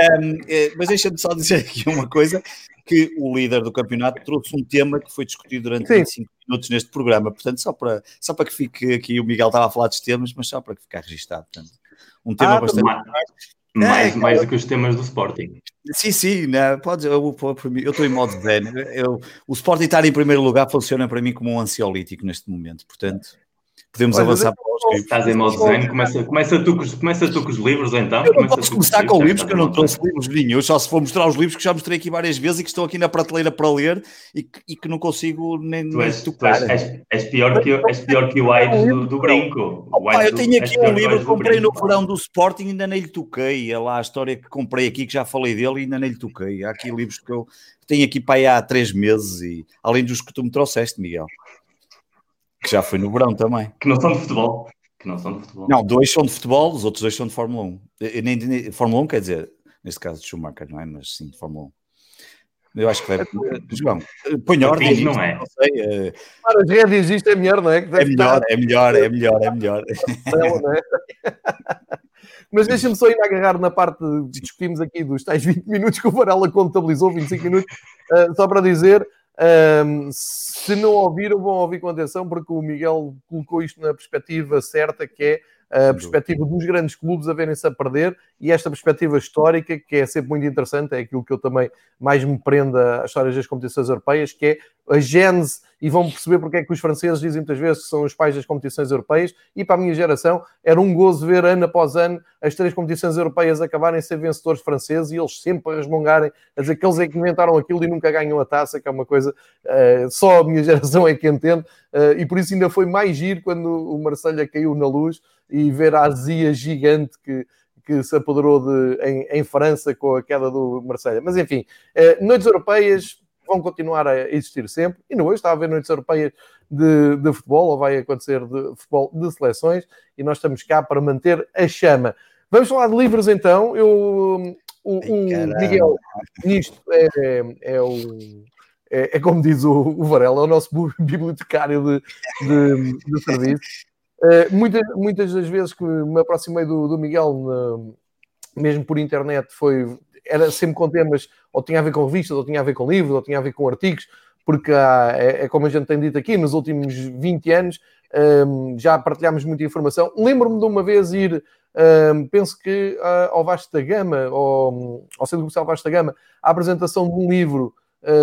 Mas deixa-me só dizer aqui uma coisa, que o líder do campeonato trouxe um tema que foi discutido durante 25 minutos neste programa. Portanto, só para que fique aqui, o Miguel estava a falar dos temas, mas só para que fique registado. Portanto, um tema bastante... Mais do que os temas do Sporting. Sim, não, pode, eu estou em modo zen. O Sporting estar em primeiro lugar funciona para mim como um ansiolítico neste momento, portanto... Podemos avançar para os livros. Estás em modo zen, começa tu com os livros então. Eu não posso começar com livros, que eu não trouxe livros nenhum, só se for mostrar os livros que já mostrei aqui várias vezes e que estão aqui na prateleira para ler e que não consigo nem tocar. És pior que o Aires do brinco. Eu tenho aqui um livro que comprei no verão do Sporting e ainda nem lhe toquei. É lá a história que comprei aqui, que já falei dele e ainda nem lhe toquei. Há aqui livros que eu tenho aqui para aí há 3 meses, e além dos que tu me trouxeste, Miguel. Que já foi no verão também. Que não são de futebol. Não, 2 são de futebol, os outros 2 são de Fórmula 1. Fórmula 1 quer dizer, neste caso de Schumacher, não é? Mas sim, de Fórmula 1. Eu acho que deve... João, põe ordem. Não é? Não sei. Para as rédeas isto é melhor, não é? É melhor. Não é? Mas deixa-me só ir agarrar na parte que discutimos aqui dos tais 20 minutos que o Varela contabilizou, 25 minutos, só para dizer... se não ouviram, vão ouvir com atenção, porque o Miguel colocou isto na perspectiva certa, que é a perspectiva dos grandes clubes a verem-se a perder, e esta perspectiva histórica, que é sempre muito interessante, é aquilo que eu também mais me prendo às histórias das competições europeias, que é a gênese, e vão perceber porque é que os franceses dizem muitas vezes que são os pais das competições europeias, e para a minha geração era um gozo ver ano após ano as 3 competições europeias acabarem sem vencedores franceses e eles sempre a resmungarem, a dizer que eles é que inventaram aquilo e nunca ganham a taça, que é uma coisa só a minha geração é que entende, e por isso ainda foi mais giro quando o Marselha caiu na Luz e ver a azia gigante que se apoderou em França com a queda do Marselha. Mas enfim, noites europeias vão continuar a existir sempre, e não hoje está a haver noites europeias de futebol, ou vai acontecer de futebol de seleções, e nós estamos cá para manter a chama. Vamos falar de livros então. O Miguel, nisto é como diz o Varela, é o nosso bibliotecário de serviço. Muitas das vezes que me aproximei do Miguel, mesmo por internet, era sempre com temas, ou tinha a ver com revistas, ou tinha a ver com livros, ou tinha a ver com artigos, porque é como a gente tem dito aqui, nos últimos 20 anos já partilhámos muita informação. Lembro-me de uma vez ir, penso que ao Vasco da Gama, ao Centro Comercial Vasco da Gama, a apresentação de um livro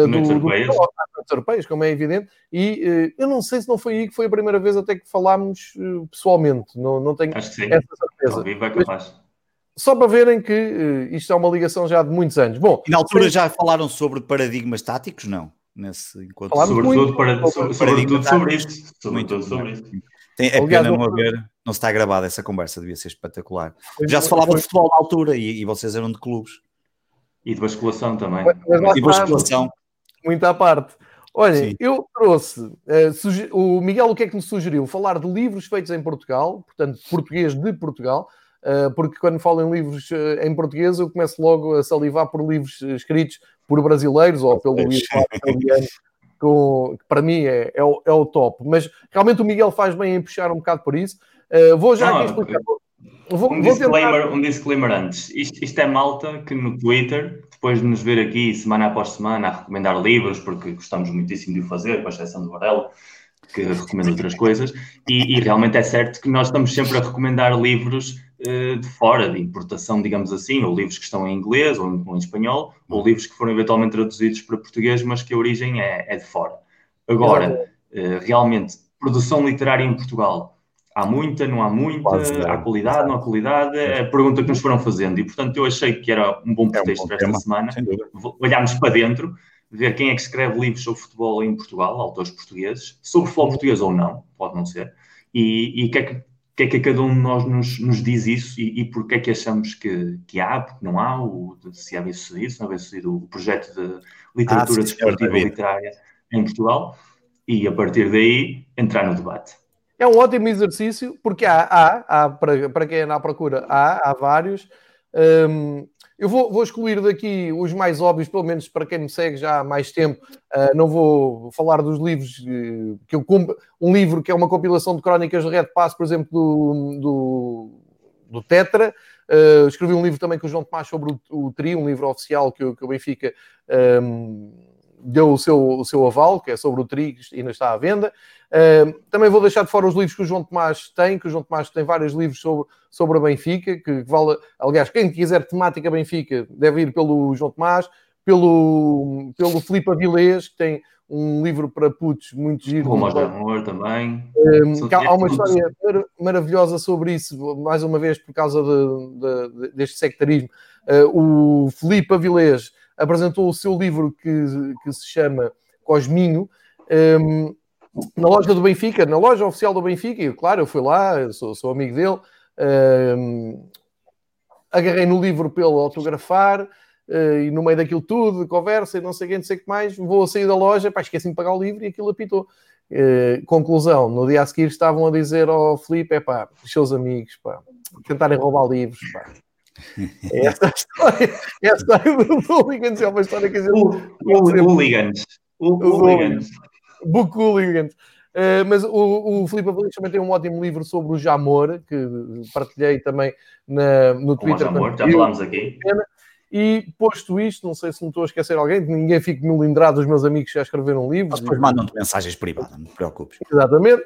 dos europeias, como é evidente, e eu não sei se não foi aí que foi a primeira vez até que falámos pessoalmente, não tenho essa certeza. Mas, só para verem que isto é uma ligação já de muitos anos. Bom, e na altura já falaram sobre paradigmas táticos, não? Nesse encontro. Sobretudo sobre isto. É pena não haver, não se está gravada essa conversa, devia ser espetacular. Já se falava de futebol na altura e vocês eram de clubes. E de basculação também. E basculação. Muito à parte. Olha, sim. Eu trouxe... o Miguel, o que é que me sugeriu? Falar de livros feitos em Portugal, portanto, português de Portugal, porque quando falo em livros em português, eu começo logo a salivar por livros escritos por brasileiros ou pelo italiano, que para mim é o top. Mas realmente o Miguel faz bem em puxar um bocado por isso. Vou já aqui explicar... Um disclaimer antes. Isto é malta que no Twitter, depois de nos ver aqui semana após semana a recomendar livros, porque gostamos muitíssimo de o fazer, com a exceção do Varela, que recomenda outras coisas, e realmente é certo que nós estamos sempre a recomendar livros de fora, de importação, digamos assim, ou livros que estão em inglês ou em espanhol, ou livros que foram eventualmente traduzidos para português, mas que a origem é de fora. Agora, realmente, produção literária em Portugal... Há muita, não há muita, há qualidade, não há qualidade, é a pergunta que nos foram fazendo. E, portanto, eu achei que era um bom pretexto para esta semana. Olharmos para dentro, ver quem é que escreve livros sobre futebol em Portugal, autores portugueses, sobre futebol português ou não, pode não ser, e o que é que cada um de nós nos diz isso e porque é que achamos que há, porque não há, se há bem sucedido, se não há bem sucedido o projeto de literatura desportiva literária em Portugal, e a partir daí entrar no debate. É um ótimo exercício, porque há para quem anda à procura, há vários. Eu vou excluir daqui os mais óbvios, pelo menos para quem me segue já há mais tempo. Não vou falar dos livros que eu compro. Um livro que é uma compilação de crónicas de Red Pass, por exemplo, do Tetra. Escrevi um livro também com o João Tomás sobre o Tri, um livro oficial que o Benfica deu o seu aval, que é sobre o Tri, que ainda está à venda. Também vou deixar de fora os livros que o João Tomás tem, que o João Tomás tem vários livros sobre a Benfica, que vale... Aliás, quem quiser temática Benfica deve ir pelo João Tomás, pelo Filipe Avilés, que tem um livro para putos muito giro. Rumo ao Amor também. Há uma história maravilhosa sobre isso, mais uma vez por causa deste sectarismo. O Filipe Avilés apresentou o seu livro que se chama Cosminho, na loja do Benfica, na loja oficial do Benfica, e claro, eu fui lá, sou amigo dele, agarrei no livro pelo autografar, e no meio daquilo tudo, de conversa e não sei o que mais, vou sair da loja, esqueci-me de pagar o livro e aquilo apitou. Conclusão, no dia a seguir estavam a dizer ao Filipe, os seus amigos, tentarem roubar livros, Essa é a história do Hooligans, é uma história que a gente... Hooligans. Book Hooligans. Mas o Filipe Avilés também tem um ótimo livro sobre o Jamor, que partilhei também no Twitter. Jamor, já falámos aqui. E posto isto, não sei se me estou a esquecer alguém, ninguém fique melindrado dos meus amigos que já escreveram livros. Mas depois mandam-te mensagens privadas, não te preocupes. Exatamente.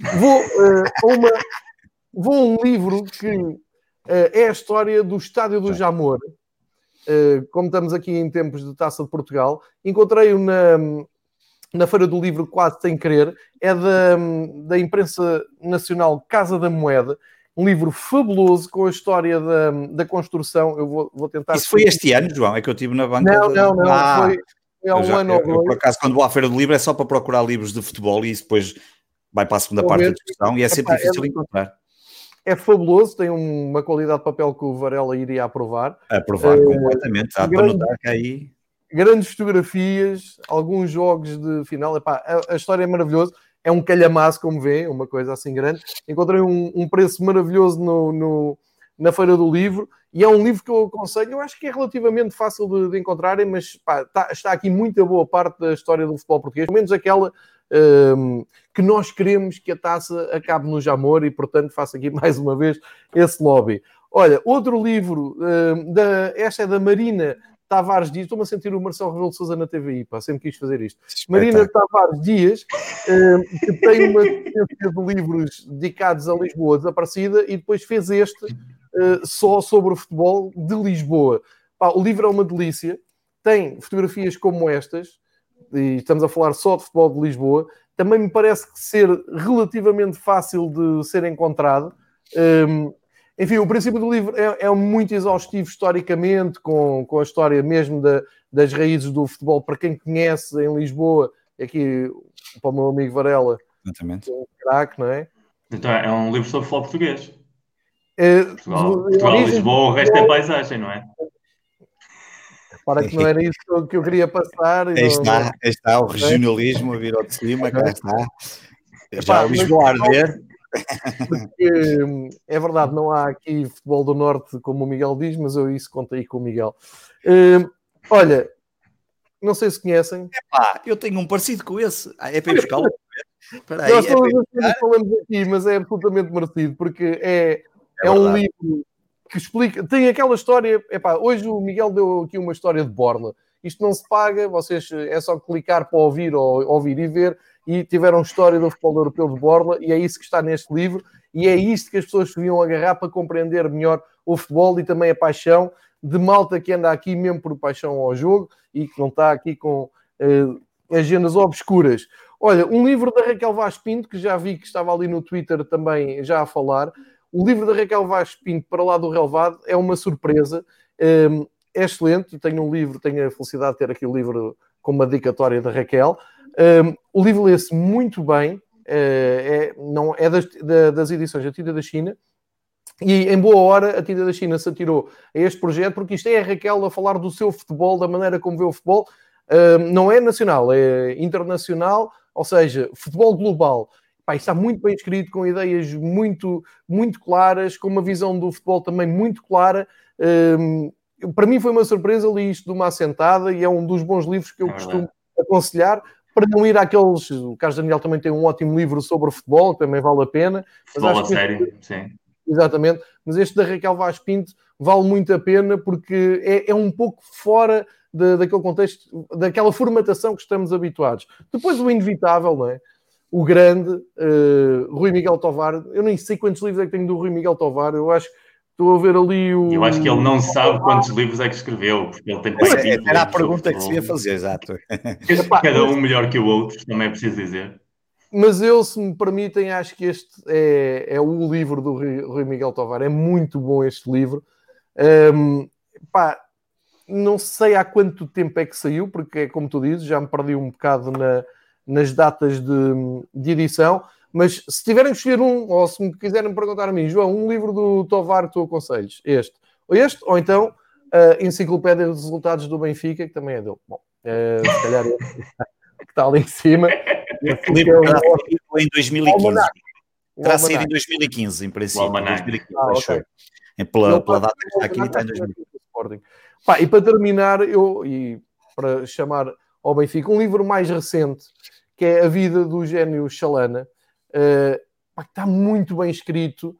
Vou a um livro que é a história do Estádio do Jamor. Como estamos aqui em tempos de Taça de Portugal, encontrei-o na Feira do Livro quase sem querer. É da imprensa nacional Casa da Moeda. Um livro fabuloso com a história da construção. Eu vou tentar... Isso foi este ano, João? É que eu estive na banca... Não. Foi há um ano ou dois. Por acaso, quando vou à Feira do Livro é só para procurar livros de futebol e isso depois vai para a segunda parte da discussão e é sempre difícil encontrar. É fabuloso, tem uma qualidade de papel que o Varela iria aprovar. Aprovar completamente. Há para notar que aí... Grandes fotografias, alguns jogos de final. A história é maravilhosa. É um calhamaço, como vê, uma coisa assim grande. Encontrei um preço maravilhoso na Feira do Livro e é um livro que eu aconselho. Eu acho que é relativamente fácil de encontrarem, mas está aqui muita boa parte da história do futebol português, pelo menos aquela que nós queremos que a taça acabe no Jamor e, portanto, faço aqui mais uma vez esse lobby. Olha, outro livro, esta é da Marina Tavares Dias, estou-me a sentir o Marcelo Rebelo de Sousa na TVI, sempre quis fazer isto. Marina Tavares Dias, que tem uma sequência de livros dedicados a Lisboa desaparecida e depois fez este só sobre o futebol de Lisboa. O livro é uma delícia, tem fotografias como estas, e estamos a falar só de futebol de Lisboa, também me parece ser relativamente fácil de ser encontrado. Enfim, o princípio do livro é muito exaustivo historicamente, com a história mesmo das raízes do futebol. Para quem conhece em Lisboa, aqui para o meu amigo Varela, exatamente. É um craque, não é? Então é um livro sobre futebol português. Portugal, Lisboa, o resto é paisagem, não é? Para que não era isso que eu queria passar. Aí está o regionalismo a vir ao de cima, cá está. Já o Lisboa a arder. Porque é verdade, não há aqui futebol do Norte, como o Miguel diz, mas eu isso conto aí com o Miguel. Olha, não sei se conhecem. Eu tenho um parecido com esse. É para ir buscá-lo. Nós falamos aqui, mas é absolutamente merecido, porque é um livro que explica, tem aquela história. Hoje o Miguel deu aqui uma história de borla. Isto não se paga, vocês é só clicar para ouvir ou ouvir e ver. E tiveram história do futebol europeu de borla, e é isso que está neste livro, e é isto que as pessoas deviam agarrar para compreender melhor o futebol e também a paixão de malta que anda aqui mesmo por paixão ao jogo e que não está aqui com agendas obscuras. Olha, um livro da Raquel Vaz Pinto, que já vi que estava ali no Twitter também já a falar. O livro da Raquel Vaz Pinto, Para Lá do Relvado, é uma surpresa. É excelente. Tenho a felicidade de ter aqui o livro com uma dedicatória da Raquel. O livro lê-se muito bem, é das edições A Tinta da China, e em boa hora a Tinta da China se atirou a este projeto, porque isto é a Raquel a falar do seu futebol, da maneira como vê o futebol. Não é nacional, é internacional, ou seja, futebol global. Isto está muito bem escrito, com ideias muito, muito claras, com uma visão do futebol também muito clara. Para mim foi uma surpresa, li isto de uma assentada e é um dos bons livros que eu costumo aconselhar, para não ir àqueles... O Carlos Daniel também tem um ótimo livro sobre futebol, que também vale a pena. Futebol a sério, sim. Exatamente. Mas este da Raquel Vaz Pinto vale muito a pena, porque é um pouco fora daquele contexto, daquela formatação que estamos habituados. Depois o inevitável, não é? O grande Rui Miguel Tovar. Eu nem sei quantos livros é que tenho do Rui Miguel Tovar. Eu acho Estou a ver ali o... Eu acho que ele não sabe quantos livros é que escreveu, porque ele tem Era a pergunta que se ia fazer, exato. Cada um melhor que o outro, também é preciso dizer. Mas eu, se me permitem, acho que este é o livro do Rui Miguel Tovar. É muito bom este livro. Não sei há quanto tempo é que saiu, porque é como tu dizes, já me perdi um bocado nas datas de edição. Mas se tiverem que escolher um, ou se me quiserem perguntar a mim, João, um livro do Tovar que tu aconselhos, este, ou então a Enciclopédia dos Resultados do Benfica, que também é dele. Bom, se calhar é que está ali em cima. O livro terá sido em 2015. Terá sido em 2015, em princípio. 2015, okay. Pela data que está aqui, está em 2015. E para terminar, para chamar ao Benfica, um livro mais recente, que é A Vida do Gênio Chalana, que está muito bem escrito,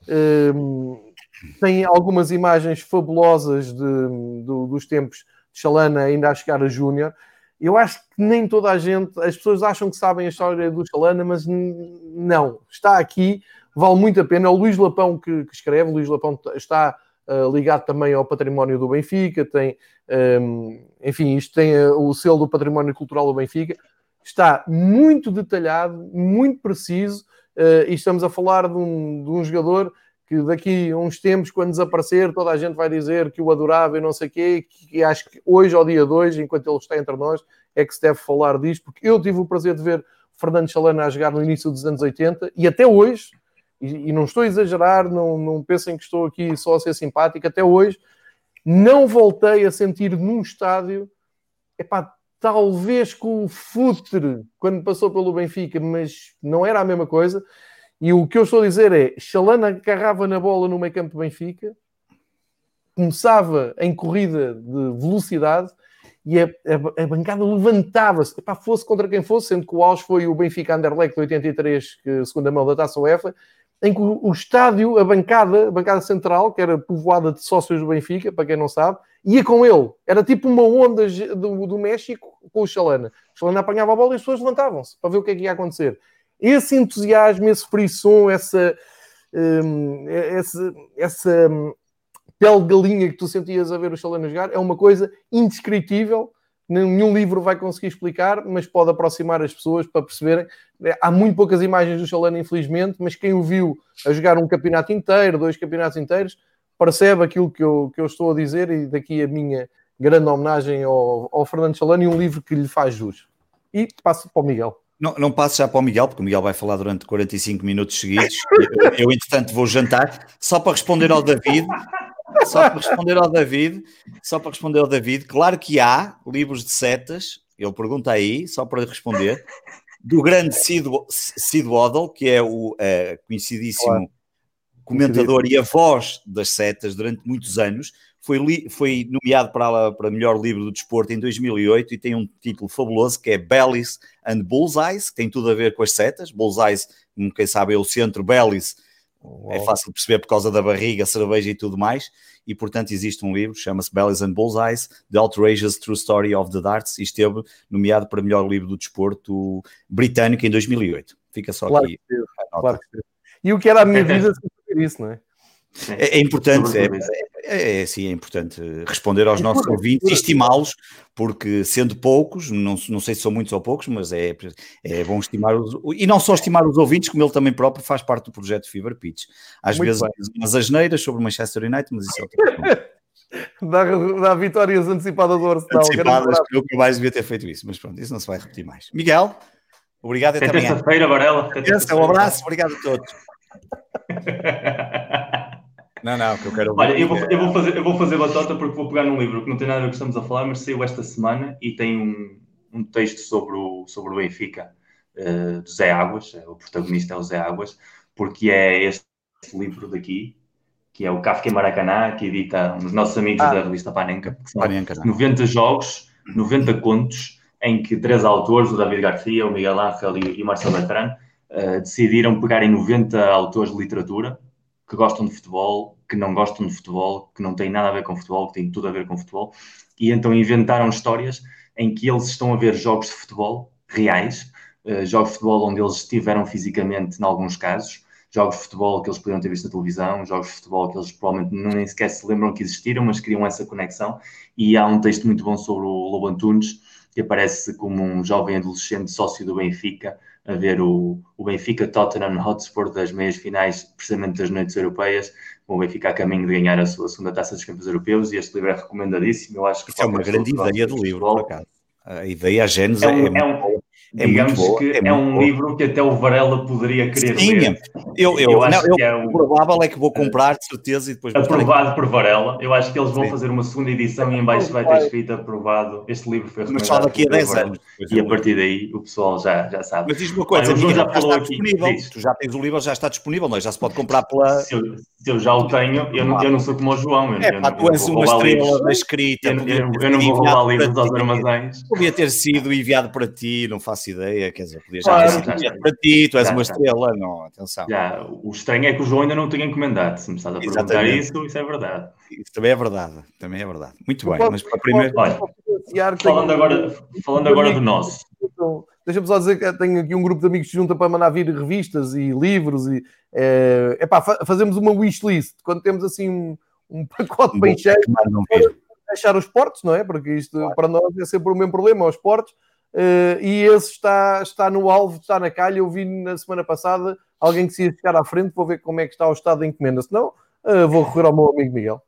tem algumas imagens fabulosas dos tempos de Chalana ainda a chegar a Júnior. Eu acho que nem toda a gente, as pessoas acham que sabem a história do Chalana, mas não, está aqui, vale muito a pena. É o Luís Lapão que escreve. O Luís Lapão está ligado também ao património do Benfica, tem, enfim, isto tem o selo do património cultural do Benfica. Está muito detalhado, muito preciso, e estamos a falar de um jogador que daqui a uns tempos, quando desaparecer, toda a gente vai dizer que o adorava e não sei o quê, que acho que hoje, ao dia de hoje, enquanto ele está entre nós, é que se deve falar disto, porque eu tive o prazer de ver Fernando Chalana a jogar no início dos anos 80, e até hoje, e não estou a exagerar, não pensem que estou aqui só a ser simpático, até hoje, não voltei a sentir num estádio, talvez com o Futre, quando passou pelo Benfica, mas não era a mesma coisa. E o que eu estou a dizer é, Chalana agarrava na bola no meio campo do Benfica, começava em corrida de velocidade e a bancada levantava-se, fosse contra quem fosse, sendo que o auge foi o Benfica Anderlecht de 83, que segunda mão da Taça UEFA, em que o estádio, a bancada central, que era povoada de sócios do Benfica, para quem não sabe, ia com ele. Era tipo uma onda do México com o Chalana. O Chalana apanhava a bola e as pessoas levantavam-se para ver o que é que ia acontecer. Esse entusiasmo, esse frisson, essa pele de galinha que tu sentias a ver o Chalana jogar, é uma coisa indescritível. Nenhum livro vai conseguir explicar, mas pode aproximar as pessoas para perceberem. Há muito poucas imagens do Chalana, infelizmente, mas quem o viu a jogar um campeonato inteiro, 2 campeonatos inteiros, percebe aquilo que eu estou a dizer, e daqui a minha grande homenagem ao Fernando Chalana e um livro que lhe faz jus. E passo para o Miguel. Não passo já para o Miguel, porque o Miguel vai falar durante 45 minutos seguidos. Eu entretanto, vou jantar. Só para responder ao David, claro que há livros de setas, ele pergunta aí, só para responder, do grande Sid Waddle, que é o conhecidíssimo comentador e a voz das setas durante muitos anos. Foi nomeado para melhor livro do desporto em 2008 e tem um título fabuloso que é Bellies and Bullseyes, que tem tudo a ver com as setas. Bullseyes, como quem sabe, é o centro. Bellies é fácil de perceber por causa da barriga, cerveja e tudo mais. E, portanto, existe um livro, chama-se Bellies and Bullseyes, The Outrageous True Story of the Darts, e esteve nomeado para melhor livro do desporto britânico em 2008. Fica só claro aqui. Claro que e o que era a minha vida sem saber isso, não é? É importante, é importante responder aos nossos ouvintes e estimá-los, porque sendo poucos, não sei se são muitos ou poucos, mas é bom estimar e não só estimar os ouvintes, como ele também próprio faz parte do projeto Fever Pitch. Às vezes umas asneiras sobre o Manchester United, mas isso é outra coisa. Dá vitórias antecipadas ao Arsenal. Antecipadas, eu que mais devia ter feito isso, mas pronto, isso não se vai repetir mais. Miguel, obrigado até amanhã. Terça-feira, Varela. Um abraço, obrigado a todos. Não, que eu quero... Olha, eu vou fazer batota porque vou pegar num livro que não tem nada a ver com o que estamos a falar, mas saiu esta semana e tem um texto sobre o Benfica, do Zé Águas. O protagonista é o Zé Águas, porque é este livro daqui, que é o Kafka em Maracanã, que edita os nossos amigos da revista Panenka, que são 90 jogos, 90 contos, em que 3 autores, o David Garcia, o Miguel Ángel e o Marcelo Bertrand, decidiram pegar em 90 autores de literatura que gostam de futebol, que não gostam de futebol, que não têm nada a ver com futebol, que têm tudo a ver com futebol, e então inventaram histórias em que eles estão a ver jogos de futebol reais, jogos de futebol onde eles estiveram fisicamente, em alguns casos, jogos de futebol que eles podiam ter visto na televisão, jogos de futebol que eles provavelmente nem sequer se lembram que existiram, mas criam essa conexão. E há um texto muito bom sobre o Lobo Antunes, que aparece como um jovem adolescente sócio do Benfica, a ver o Benfica Tottenham Hotspur das meias finais, precisamente das noites europeias, com o Benfica a caminho de ganhar a sua segunda taça dos campeões europeus, e este livro é recomendadíssimo. Eu acho que isso é uma grande ideia do livro, por acaso. A ideia, a gênese digamos que é um livro que até o Varela poderia querer ler. Eu acho que o provável é que vou comprar, de certeza, e depois... Aprovado por Varela. Eu acho que eles vão fazer uma segunda edição e em baixo vai ter escrito aprovado. Este livro foi recomendado. Mas só daqui a 10 anos. E a partir daí o pessoal já sabe. Mas diz uma coisa, o João já falou está aqui. Disponível. Tu já tens o livro, já está disponível, não é? Já se pode comprar pela... Se eu já o tenho, eu não sou como o João. Tu és uma estrela da escrita. Eu não vou roubar livros aos armazéns. Podia ter sido enviado para ti, não faço ideia, quer dizer, podia já ter sido enviado para ti, tu és uma estrela, não, atenção. O estranho é que o João ainda não tinha encomendado, se me estás a perguntar isso é verdade. Isso também é verdade, Muito bem, mas para primeiro... Olha, falando agora do nosso. Deixa-me só dizer que tenho aqui um grupo de amigos que se junta para mandar vir revistas e livros e fazemos uma wishlist, quando temos assim um pacote bem cheio, deixar os portos, não é? Porque isto para nós é sempre o mesmo problema, os portos. E esse está no alvo, está na calha. Eu vi na semana passada alguém que se ia chegar à frente, vou ver como é que está o estado da encomenda, senão vou recorrer ao meu amigo Miguel.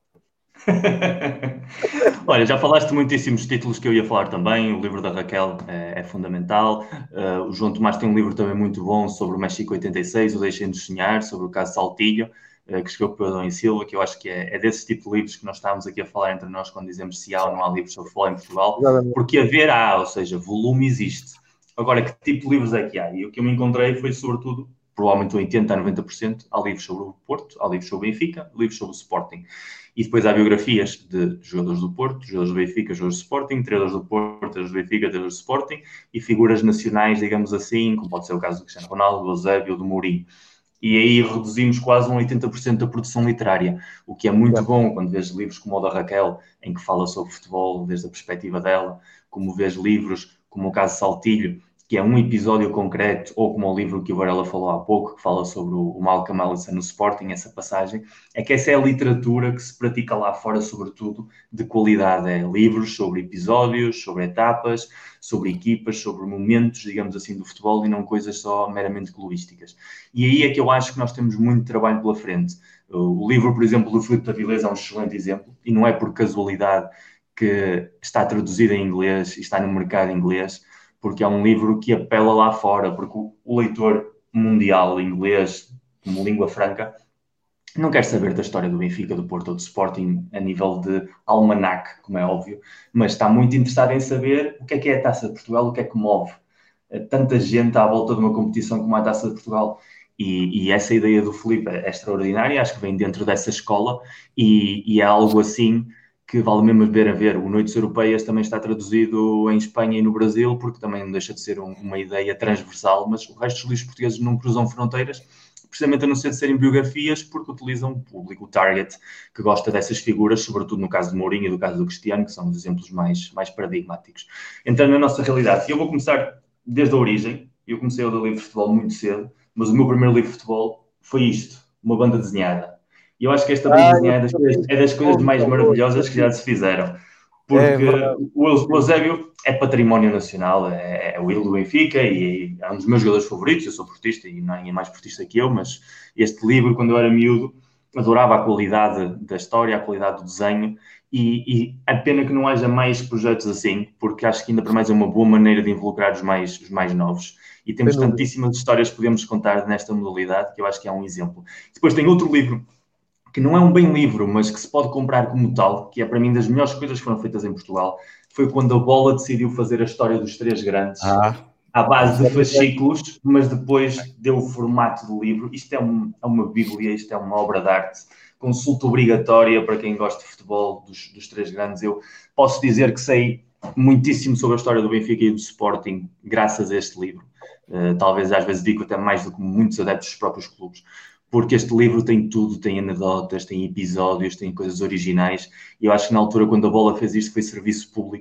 Olha, já falaste muitíssimos títulos que eu ia falar também. O livro da Raquel é fundamental. O João Tomás tem um livro também muito bom sobre o México 86, o Deixem-nos Sonhar, sobre o caso Saltilho, que escreveu pelo Adão e Silva, que eu acho que é desse tipo de livros que nós estávamos aqui a falar entre nós quando dizemos se há ou não há livros sobre futebol em Portugal, porque haver há, ou seja, volume existe. Agora, que tipo de livros é que há? E o que eu me encontrei foi, sobretudo, provavelmente 80% a 90%, há livros sobre o Porto, há livros sobre o Benfica, livros sobre o Sporting. E depois há biografias de jogadores do Porto, jogadores do Benfica, jogadores do Sporting, treinadores do Porto, treinadores do Benfica, treinadores do Sporting, e figuras nacionais, digamos assim, como pode ser o caso do Cristiano Ronaldo, do Eusébio, do Mourinho. E aí reduzimos quase 80% da produção literária, o que é muito bom quando vês livros como o da Raquel, em que fala sobre futebol desde a perspectiva dela, como vês livros como o caso Saltilho, que é um episódio concreto, ou como o livro que o Varela falou há pouco, que fala sobre o Malcolm Ellison no Sporting, essa passagem, é que essa é a literatura que se pratica lá fora, sobretudo, de qualidade. É livros sobre episódios, sobre etapas, sobre equipas, sobre momentos, digamos assim, do futebol e não coisas só meramente clubísticas. E aí é que eu acho que nós temos muito trabalho pela frente. O livro, por exemplo, do Filipe Tavilés é um excelente exemplo, e não é por casualidade que está traduzido em inglês e está no mercado inglês, porque é um livro que apela lá fora, porque o leitor mundial inglês, como língua franca, não quer saber da história do Benfica, do Porto ou do Sporting a nível de almanaque, como é óbvio, mas está muito interessado em saber o que é a Taça de Portugal, o que é que move tanta gente à volta de uma competição como a Taça de Portugal. E essa ideia do Filipe é extraordinária, acho que vem dentro dessa escola e é algo assim que vale mesmo a ver. O Noites Europeias também está traduzido em Espanha e no Brasil, porque também não deixa de ser uma ideia transversal, mas o resto dos livros portugueses não cruzam fronteiras, precisamente a não ser de serem biografias, porque utilizam o público, o target, que gosta dessas figuras, sobretudo no caso de Mourinho e do caso do Cristiano, que são os exemplos mais paradigmáticos. Entrando na nossa realidade, eu vou começar desde a origem. Eu comecei a ler livro de futebol muito cedo, mas o meu primeiro livro de futebol foi isto, uma banda desenhada. E eu acho que esta banda desenhada é das coisas mais maravilhosas que já se fizeram. Porque o Eusébio é património nacional, é o ídolo do Benfica e é um dos meus jogadores favoritos. Eu sou portista e ninguém é mais portista que eu, mas este livro, quando eu era miúdo, adorava a qualidade da história, a qualidade do desenho e a pena que não haja mais projetos assim, porque acho que ainda para mais é uma boa maneira de involucrar os mais novos. E temos tantíssimas histórias que podemos contar nesta modalidade, que eu acho que é um exemplo. Depois tem outro livro, que não é um bem livro, mas que se pode comprar como tal, que é para mim das melhores coisas que foram feitas em Portugal, foi quando a Bola decidiu fazer a história dos três grandes, à base de fascículos, mas depois deu o formato do livro. Isto é uma bíblia, isto é uma obra de arte, consulta obrigatória para quem gosta de futebol dos três grandes. Eu posso dizer que sei muitíssimo sobre a história do Benfica e do Sporting graças a este livro. Talvez às vezes digo até mais do que muitos adeptos dos próprios clubes, porque este livro tem tudo, tem anedotas, tem episódios, tem coisas originais, e eu acho que na altura, quando a Bola fez isto, foi serviço público,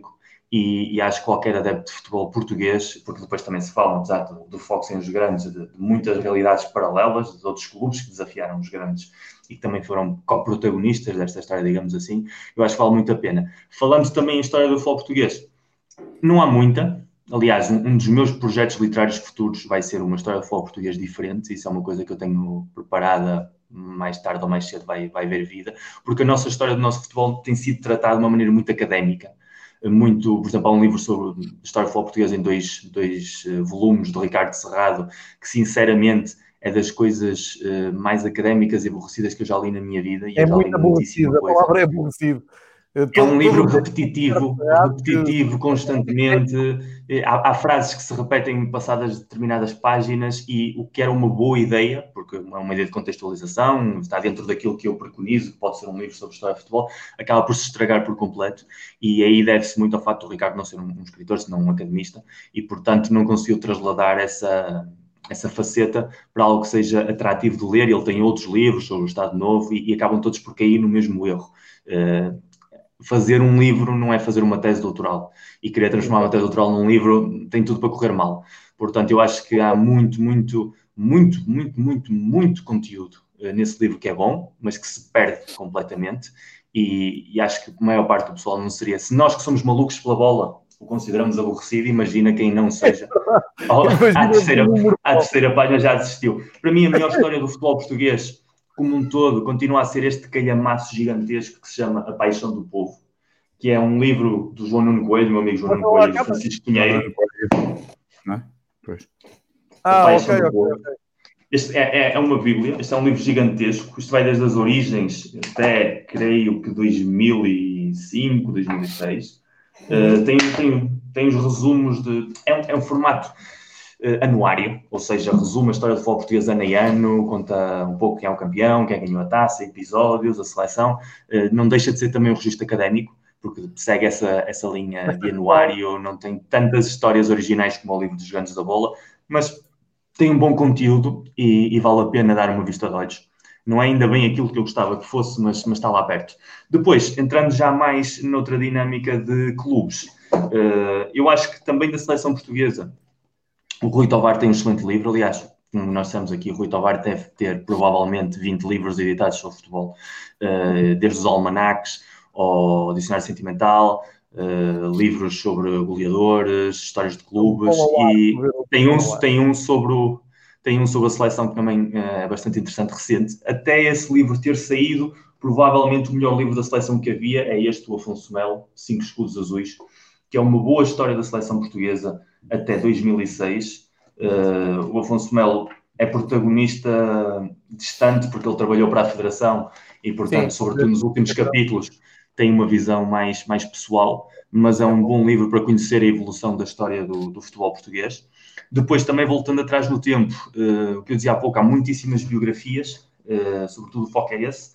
e acho que qualquer adepto de futebol português, porque depois também se fala, apesar do foco em os grandes, de muitas realidades paralelas, de outros clubes que desafiaram os grandes e que também foram co-protagonistas desta história, digamos assim, eu acho que vale muito a pena. Falando também em história do futebol português, não há muita. Aliás, um dos meus projetos literários futuros vai ser uma história do futebol português diferente. Isso é uma coisa que eu tenho preparada, mais tarde ou mais cedo vai ver vida, porque a nossa história do nosso futebol tem sido tratada de uma maneira muito académica. Muito, por exemplo, há um livro sobre a história do futebol português em dois volumes, de Ricardo Serrado, que sinceramente é das coisas mais académicas e aborrecidas que eu já li na minha vida. E é muito aborrecido, a palavra é aborrecido. É um livro repetitivo constantemente. Há frases que se repetem passadas determinadas páginas e o que era uma boa ideia, porque é uma ideia de contextualização, está dentro daquilo que eu preconizo, que pode ser um livro sobre história de futebol, acaba por se estragar por completo, e aí deve-se muito ao facto do Ricardo não ser um escritor, senão um academista, e portanto não conseguiu trasladar essa faceta para algo que seja atrativo de ler. Ele tem outros livros sobre o Estado Novo e acabam todos por cair no mesmo erro. Fazer um livro não é fazer uma tese doutoral, e querer transformar uma tese doutoral num livro tem tudo para correr mal. Portanto, eu acho que há muito conteúdo nesse livro que é bom, mas que se perde completamente, e acho que a maior parte do pessoal não seria. Se nós que somos malucos pela bola o consideramos aborrecido, imagina quem não seja. À terceira página já desistiu. Para mim, a melhor história do futebol português como um todo, continua a ser este calhamaço gigantesco que se chama A Paixão do Povo, que é um livro do João Nuno Coelho, meu amigo João Nuno Coelho, e Francisco Pinheiro. Não é? Pois. A Paixão do Povo. Este é uma bíblia, este é um livro gigantesco, isto vai desde as origens até, creio que 2005, 2006. Tem os resumos de... É um formato anuário, ou seja, resume a história do futebol português ano a ano, conta um pouco quem é o campeão, quem ganhou a taça, episódios, a seleção. Não deixa de ser também um registro académico, porque segue essa linha de anuário, não tem tantas histórias originais como o livro dos Gigantes da Bola, mas tem um bom conteúdo e vale a pena dar uma vista de olhos. Não é ainda bem aquilo que eu gostava que fosse, mas está lá perto. Depois, entrando já mais noutra dinâmica de clubes, eu acho que também da seleção portuguesa, o Rui Tovar tem um excelente livro. Aliás, como nós estamos aqui, o Rui Tovar deve ter provavelmente 20 livros editados sobre futebol, desde os almanaques ao dicionário sentimental, livros sobre goleadores, histórias de clubes, e tem um sobre a seleção que também é bastante interessante, recente. Até esse livro ter saído, provavelmente o melhor livro da seleção que havia é este, o Afonso Melo, 5 Escudos Azuis, que é uma boa história da seleção portuguesa até 2006. O Afonso Melo é protagonista distante porque ele trabalhou para a Federação e, portanto, sobretudo nos últimos capítulos, tem uma visão mais pessoal, mas é um bom livro para conhecer a evolução da história do futebol português. Depois, também voltando atrás no tempo, o que eu dizia há pouco, há muitíssimas biografias, sobretudo o foco é esse.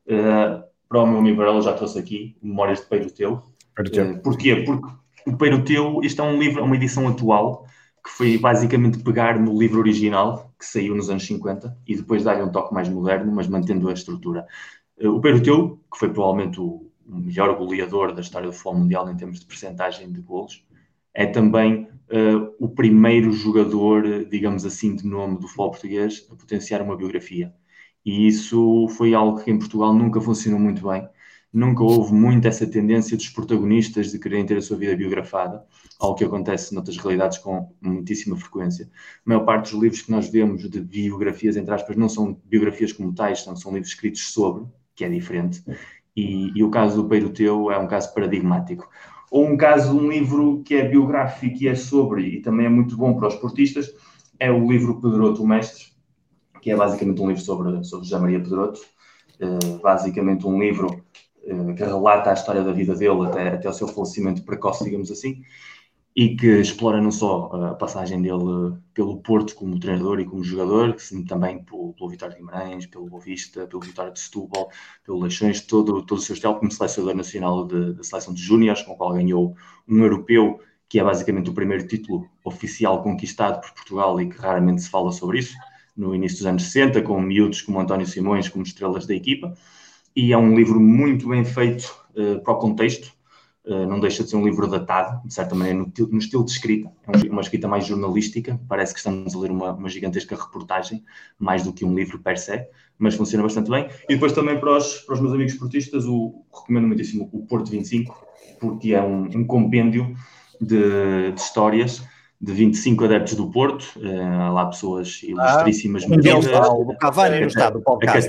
Para o meu amigo Varela, já trouxe aqui Memórias de Peiroteu. Porquê? Porque o Peiroteu, isto é um livro, uma edição atual, que foi basicamente pegar no livro original, que saiu nos anos 50, e depois dar-lhe um toque mais moderno, mas mantendo a estrutura. O Peiroteu, que foi provavelmente o melhor goleador da história do futebol mundial em termos de percentagem de golos, é também o primeiro jogador, digamos assim, de nome do futebol português a potenciar uma biografia. E isso foi algo que em Portugal nunca funcionou muito bem. Nunca houve muito essa tendência dos protagonistas de quererem ter a sua vida biografada, algo que acontece noutras realidades com muitíssima frequência. A maior parte dos livros que nós vemos de biografias, entre aspas, não são biografias como tais, são livros escritos sobre, que é diferente. E o caso do Peiroteu é um caso paradigmático. Ou um livro que é biográfico e é sobre, e também é muito bom para os esportistas, é o livro Pedroto, o Mestre, que é basicamente um livro sobre José Maria Pedroto. Basicamente um livro que relata a história da vida dele até o seu falecimento precoce, digamos assim, e que explora não só a passagem dele pelo Porto como treinador e como jogador, também pelo Vitória de Guimarães, pelo Boa Vista, pelo Vitória de Setúbal, pelo Leixões, todo o seu estilo como selecionador nacional da seleção de júniores, com o qual ganhou um europeu, que é basicamente o primeiro título oficial conquistado por Portugal e que raramente se fala sobre isso, no início dos anos 60, com miúdos como António Simões como estrelas da equipa. E é um livro muito bem feito para o contexto, não deixa de ser um livro datado, de certa maneira, no estilo de escrita. É uma escrita mais jornalística, parece que estamos a ler uma gigantesca reportagem, mais do que um livro per se, mas funciona bastante bem. E depois também para os meus amigos portistas, recomendo muitíssimo o Porto 25, porque é um compêndio de histórias de 25 adeptos do Porto. Há lá pessoas ilustríssimas. O Cavani no estado do podcast.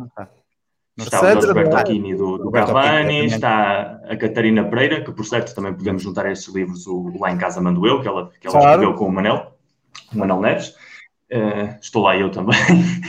Está o Roberto Aquini do Cavani, está a Catarina Pereira, que por certo também podemos juntar a estes livros o Lá em Casa Mando Eu, que ela escreveu com o Manel Neves. Estou lá eu também.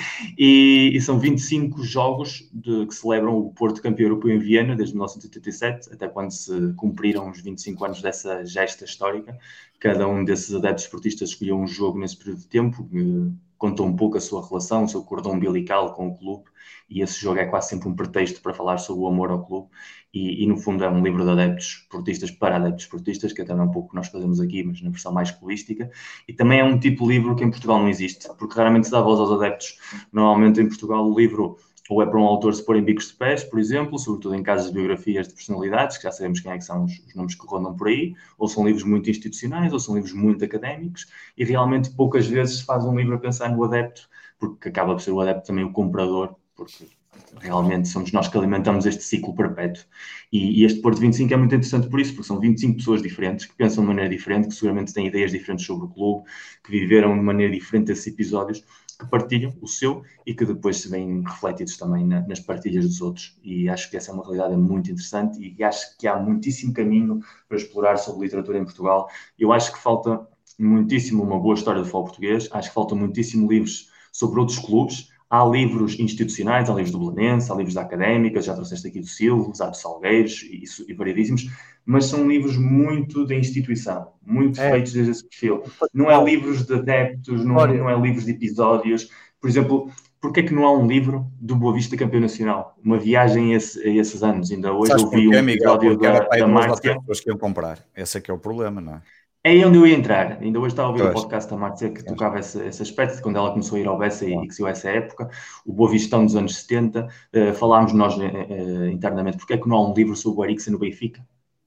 E são 25 jogos que celebram o Porto campeão europeu em Viena, desde 1987, até quando se cumpriram os 25 anos dessa gesta histórica. Cada um desses adeptos esportistas escolheu um jogo nesse período de tempo, contou um pouco a sua relação, o seu cordão umbilical com o clube, e esse jogo é quase sempre um pretexto para falar sobre o amor ao clube, e no fundo é um livro de adeptos esportistas para adeptos esportistas, que é também um pouco o que nós fazemos aqui, mas na versão mais clubística, e também é um tipo de livro que em Portugal não existe, porque raramente se dá voz aos adeptos. Normalmente em Portugal o livro ou é para um autor se pôr em bicos de pés, por exemplo, sobretudo em casos de biografias de personalidades, que já sabemos quem é que são os nomes que rondam por aí, ou são livros muito institucionais, ou são livros muito académicos, e realmente poucas vezes se faz um livro a pensar no adepto, porque acaba por ser o adepto também o comprador, porque realmente somos nós que alimentamos este ciclo perpétuo. E este Porto 25 é muito interessante por isso, porque são 25 pessoas diferentes, que pensam de maneira diferente, que seguramente têm ideias diferentes sobre o clube, que viveram de maneira diferente esses episódios, que partilham o seu e que depois se veem refletidos também nas partilhas dos outros. E acho que essa é uma realidade muito interessante e acho que há muitíssimo caminho para explorar sobre literatura em Portugal. Eu acho que falta muitíssimo uma boa história do futebol português, acho que falta muitíssimo livros sobre outros clubes. Há livros institucionais, há livros do Belenenses, há livros da Académica, já trouxeste aqui do Silves, há do Salgueiros e variedíssimos, mas são livros muito da instituição, muito feitos desde esse perfil. Não é livros de adeptos, não é livros de episódios. Por exemplo, porquê é que não há um livro do Boa Vista campeão nacional? Uma viagem a esses anos. Ainda hoje eu vi um episódio da Márcia. As pessoas que iam comprar. Esse é que é o problema, não é? É aí onde eu ia entrar. Ainda hoje estava a ouvir o podcast da Márcia que tocava esse aspecto, de quando ela começou a ir ao Bessa e que saiu essa época. O Boa Vistão dos anos 70. Falámos nós internamente porque é que não há um livro sobre o Eriksen no Benfica.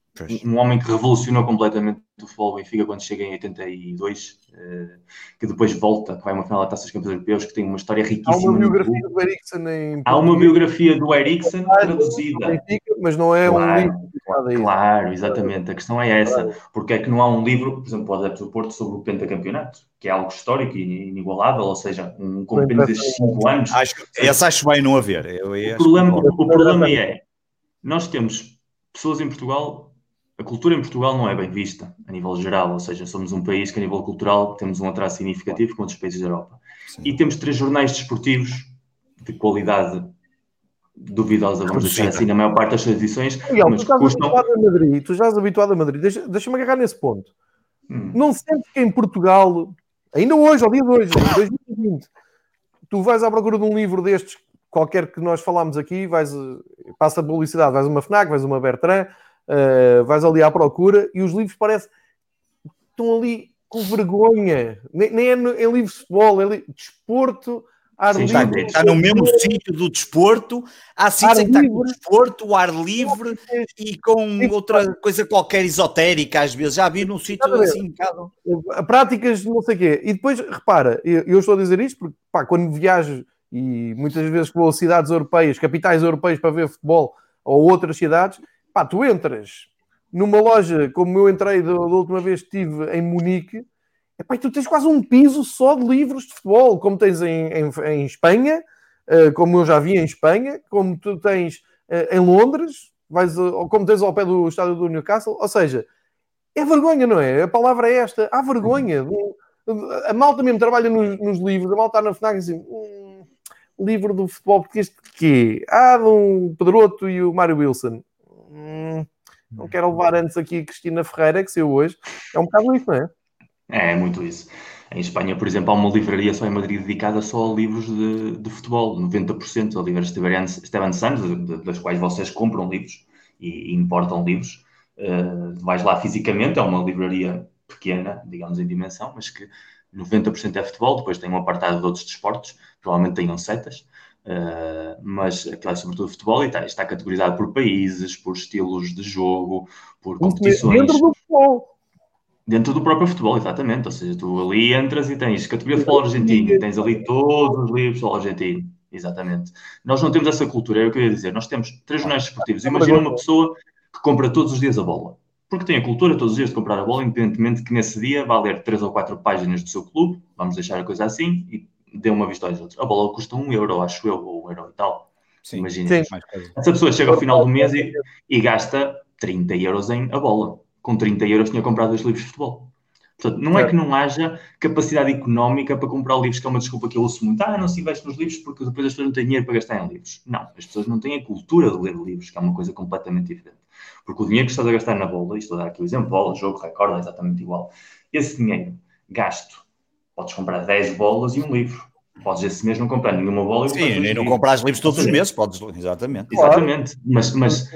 Um homem que revolucionou completamente o futebol do Benfica quando chega em 82, que depois volta, que vai a uma final da Taça dos Campeões Europeus, que tem uma história riquíssima. Há uma biografia do Eriksen Há uma biografia do Eriksen traduzida. Benfica, mas não é um livro. Claro, exatamente. A questão é essa. Porque é que não há um livro, por exemplo, para o Adeptos do Porto, sobre o pentacampeonato, que é algo histórico e inigualável, ou seja, um compêndio destes 5 anos. Acho bem não haver. O problema é, nós temos pessoas em Portugal. A cultura em Portugal não é bem vista a nível geral, ou seja, somos um país que a nível cultural temos um atraso significativo com outros países da Europa. Sim. E temos 3 jornais desportivos de qualidade duvidosa, vamos dizer assim, na maior parte das suas edições. Miguel, mas tu já és habituado a Madrid, deixa-me agarrar nesse ponto. Não sentes que em Portugal, ainda hoje, ao dia de hoje, em 2020, tu vais à procura de um livro destes, qualquer que nós falámos aqui, passa a publicidade, vais a uma FNAC, vais a uma Bertrand, vais ali à procura e os livros parecem estão ali com vergonha, nem é em livros de futebol, é desporto, ar livre. Está no mesmo sítio do desporto, há sítios em que está com o desporto, o ar livre e com outra coisa qualquer esotérica às vezes, já vi num sítio assim práticas não sei o quê, e depois repara, eu estou a dizer isto porque quando viajo e muitas vezes vou a cidades europeias, capitais europeias para ver futebol ou outras cidades, tu entras numa loja, como eu entrei da última vez que estive em Munique, e tu tens quase um piso só de livros de futebol, como tens em Espanha, como eu já vi em Espanha, como tu tens em Londres, como tens ao pé do estádio do Newcastle, ou seja, é vergonha, não é? A palavra é esta, há vergonha. A malta mesmo trabalha nos livros, a malta está na FNAC assim, livro do futebol, porque este quê? Do Pedroto e o Mário Wilson. Não quero levar antes aqui a Cristina Ferreira, que saiu hoje. É um bocado isso, não é? É muito isso. Em Espanha, por exemplo, há uma livraria só em Madrid dedicada só a livros de futebol. 90% a livros Esteban Sanz, das quais vocês compram livros e importam livros. Vais lá fisicamente, é uma livraria pequena, digamos, em dimensão, mas que 90% é futebol. Depois tem um apartado de outros desportos, provavelmente tenham setas. Mas aquilo é sobretudo futebol e está categorizado por países, por estilos de jogo, por competições. Dentro do futebol. Dentro do próprio futebol, exatamente. Ou seja, tu ali entras e tens categoria de futebol argentino, tens ali todos os livros de futebol argentino. Exatamente. Nós não temos essa cultura, é o que eu ia dizer. Nós temos 3 jornais desportivos. Imagina uma pessoa que compra todos os dias a bola. Porque tem a cultura todos os dias de comprar a bola, independentemente que nesse dia vá ler 3 ou 4 páginas do seu clube, vamos deixar a coisa assim, e dê uma vista aos outros. A bola custa €1, acho eu, ou €1 e tal. Imagina. Essa pessoa chega ao final do mês e gasta 30 € em a bola. Com 30 € tinha comprado 2 livros de futebol. Portanto, não é que não haja capacidade económica para comprar livros, que é uma desculpa que eu ouço muito. Não se investe nos livros porque depois as pessoas não têm dinheiro para gastar em livros. Não, as pessoas não têm a cultura de ler livros, que é uma coisa completamente diferente. Porque o dinheiro que estás a gastar na bola, estou a dar aqui o exemplo, bola, jogo, recorde, é exatamente igual. Esse dinheiro gasto, podes comprar 10 bolas e um livro. Podes esse mês não comprar nenhuma bola. Sim, e não comprar livros todos os meses, podes, exatamente. Exatamente, mas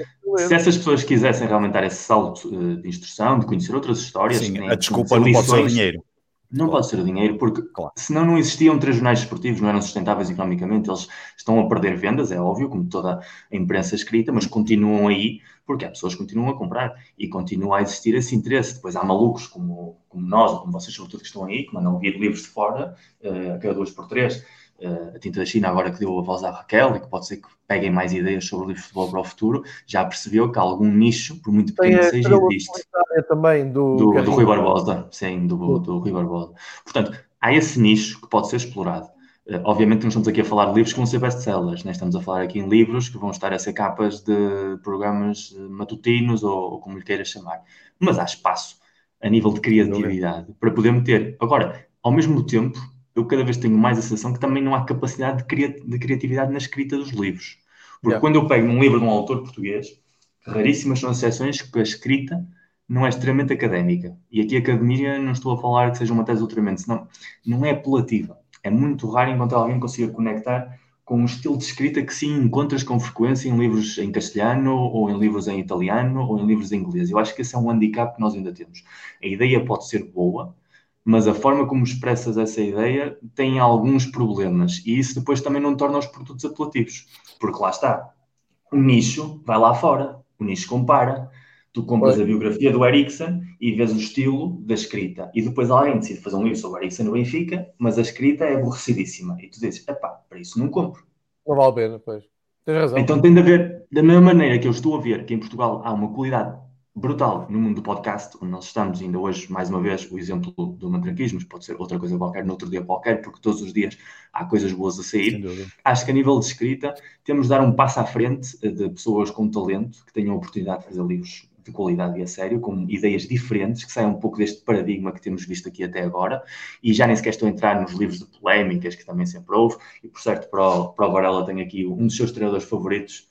se essas pessoas quisessem realmente dar esse salto de instrução, de conhecer outras histórias... Sim, a desculpa não pode ser o dinheiro. Não pode ser o dinheiro, porque senão não existiam 3 jornais desportivos, não eram sustentáveis economicamente, eles estão a perder vendas, é óbvio, como toda a imprensa escrita, mas continuam aí, porque há pessoas que continuam a comprar e continua a existir esse interesse. Depois há malucos como nós, ou como vocês, sobretudo, que estão aí, que mandam vir livros de fora, a cada 2 por 3, a Tinta da China, agora que deu a voz à Raquel, e que pode ser que peguem mais ideias sobre o livro de futebol para o futuro, já percebeu que há algum nicho, por muito pequeno que seja, existe. Também do Rui Barbosa, sim, do Rui Barbosa. Portanto, há esse nicho que pode ser explorado. Obviamente não estamos aqui a falar de livros que vão ser best-sellers, né? Estamos a falar aqui em livros que vão estar a ser capas de programas matutinos ou como lhe queiras chamar. Mas há espaço a nível de criatividade para poder meter. Agora, ao mesmo tempo, eu cada vez tenho mais a sensação que também não há capacidade de criatividade na escrita dos livros. Porque quando eu pego um livro de um autor português, raríssimas são as exceções que a escrita não é extremamente académica. E aqui a academia não estou a falar que seja uma tese de doutoramento, senão não é apelativa. É muito raro encontrar alguém que consiga conectar com um estilo de escrita que sim encontras com frequência em livros em castelhano, ou em livros em italiano, ou em livros em inglês. Eu acho que esse é um handicap que nós ainda temos. A ideia pode ser boa, mas a forma como expressas essa ideia tem alguns problemas. E isso depois também não torna os produtos apelativos. Porque lá está. O nicho vai lá fora. O nicho compara. Tu compras a biografia do Eriksen e vês o estilo da escrita. E depois alguém decide fazer um livro sobre o Eriksen no Benfica, mas a escrita é aborrecidíssima. E tu dizes, para isso não compro. Não vale a pena, pois. Tens razão. Então tem de haver, da mesma maneira que eu estou a ver que em Portugal há uma qualidade brutal no mundo do podcast, onde nós estamos ainda hoje, mais uma vez, o exemplo do Mantranquismo, pode ser outra coisa qualquer, noutro dia qualquer, porque todos os dias há coisas boas a sair. Acho que a nível de escrita temos de dar um passo à frente de pessoas com talento, que tenham a oportunidade de fazer livros de qualidade e a sério, com ideias diferentes, que saiam um pouco deste paradigma que temos visto aqui até agora, e já nem sequer estou a entrar nos livros de polémicas, que também sempre houve, e por certo, para o Varela tenho aqui um dos seus treinadores favoritos,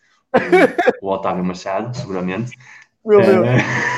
o Otávio Machado, seguramente. Meu Deus.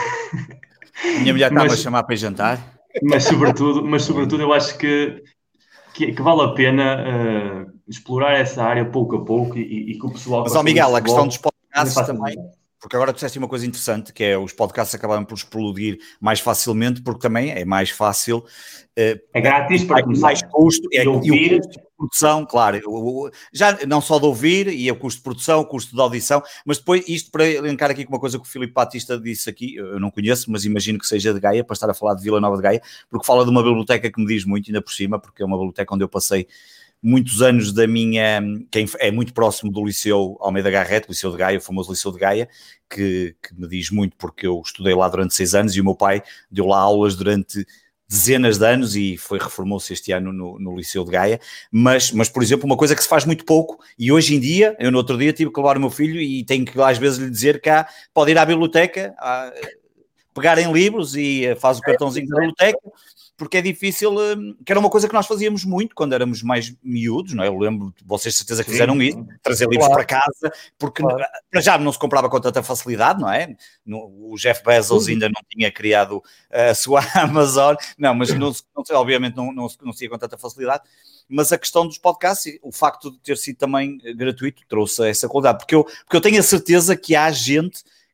Minha mulher estava a chamar para ir jantar. Mas sobretudo eu acho que vale a pena explorar essa área pouco a pouco e que o pessoal... Mas, Miguel, a questão dos podcasts também... Porque agora tu disseste uma coisa interessante, que é os podcasts acabaram por explodir mais facilmente, porque também é mais fácil... é grátis para começar. Mais custo, e ouvir... E o custo de produção, claro. Já não só de ouvir, e o custo de produção, o custo de audição, mas depois, isto para elencar aqui com uma coisa que o Filipe Batista disse aqui, eu não conheço, mas imagino que seja de Gaia, para estar a falar de Vila Nova de Gaia, porque fala de uma biblioteca que me diz muito, ainda por cima, porque é uma biblioteca onde eu passei muitos anos da minha, que é muito próximo do Liceu Almeida Garrett, Liceu de Gaia, o famoso Liceu de Gaia, que me diz muito porque eu estudei lá durante 6 anos e o meu pai deu lá aulas durante dezenas de anos e reformou-se este ano no Liceu de Gaia, mas, por exemplo, uma coisa que se faz muito pouco, e hoje em dia, eu no outro dia tive que levar o meu filho e tenho que às vezes lhe dizer que pode ir à biblioteca, pegar em livros e faz o cartãozinho da biblioteca, porque é difícil, que era uma coisa que nós fazíamos muito quando éramos mais miúdos, não é? Eu lembro, vocês de certeza que fizeram isso, trazer livros para casa, porque para já não se comprava com tanta facilidade, não é? O Jeff Bezos ainda não tinha criado a sua Amazon, não, mas obviamente não se ia com tanta facilidade, mas a questão dos podcasts, o facto de ter sido também gratuito, trouxe essa qualidade, porque eu tenho a certeza que há gente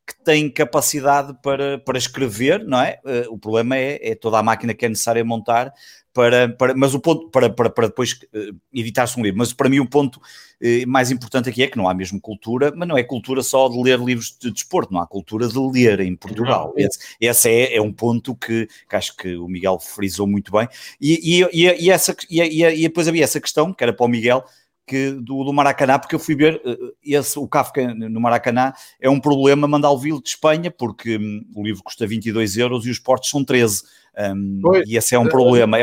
que tem capacidade para escrever, não é? O problema é toda a máquina que é necessária montar mas o ponto, para depois editar-se um livro. Mas para mim o ponto mais importante aqui é que não há mesmo cultura, mas não é cultura só de ler livros de desporto, não há cultura de ler em Portugal. Esse é um ponto que acho que o Miguel frisou muito bem. E depois havia essa questão, que era para o Miguel, do Maracanã, porque eu fui ver o Kafka no Maracanã. É um problema mandá-lo vir de Espanha, porque o livro custa 22 euros e os portos são 13. E esse é um problema.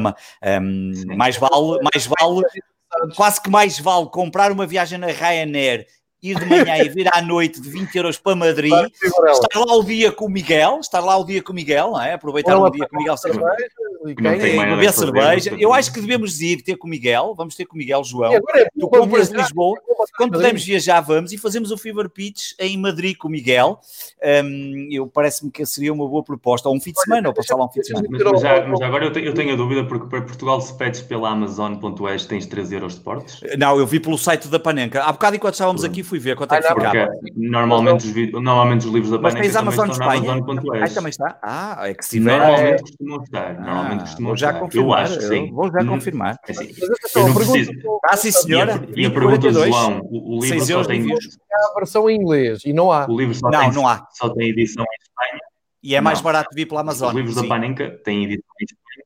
Mais vale, quase que mais vale comprar uma viagem na Ryanair, ir de manhã e vir à noite de 20 euros para Madrid, estar lá o dia com o Miguel, não é? Aproveitar um dia com o Miguel, beber cerveja. Eu acho que devemos ir ter com o Miguel, vamos ter com o Miguel, João. Tu compras de Lisboa, quando pudermos viajar, vamos e fazemos o Fever Pitch em Madrid com o Miguel. Parece-me que seria uma boa proposta, ou um fim de semana, ou passar lá um fim de semana. Mas agora eu tenho a dúvida, porque para Portugal, se pedes pela Amazon.es, tens 13 euros de portos? Não, eu vi pelo site da Panenka. Há bocado, enquanto estávamos aqui, fui ver quanto é que ficava. Normalmente os livros da Panenka tens Amazon estão na Amazon.es. Também está? É que se tiver... Normalmente costumam estar. Vou já confirmar. Eu acho que sim. Vou já confirmar. Eu não preciso. Sim, senhora. E a pergunta do João, o livro só tem... a versão em inglês e não há. O livro só tem edição em Espanha. E é mais barato vir pela Amazon. Os livros da Panenka têm edição em Espanha.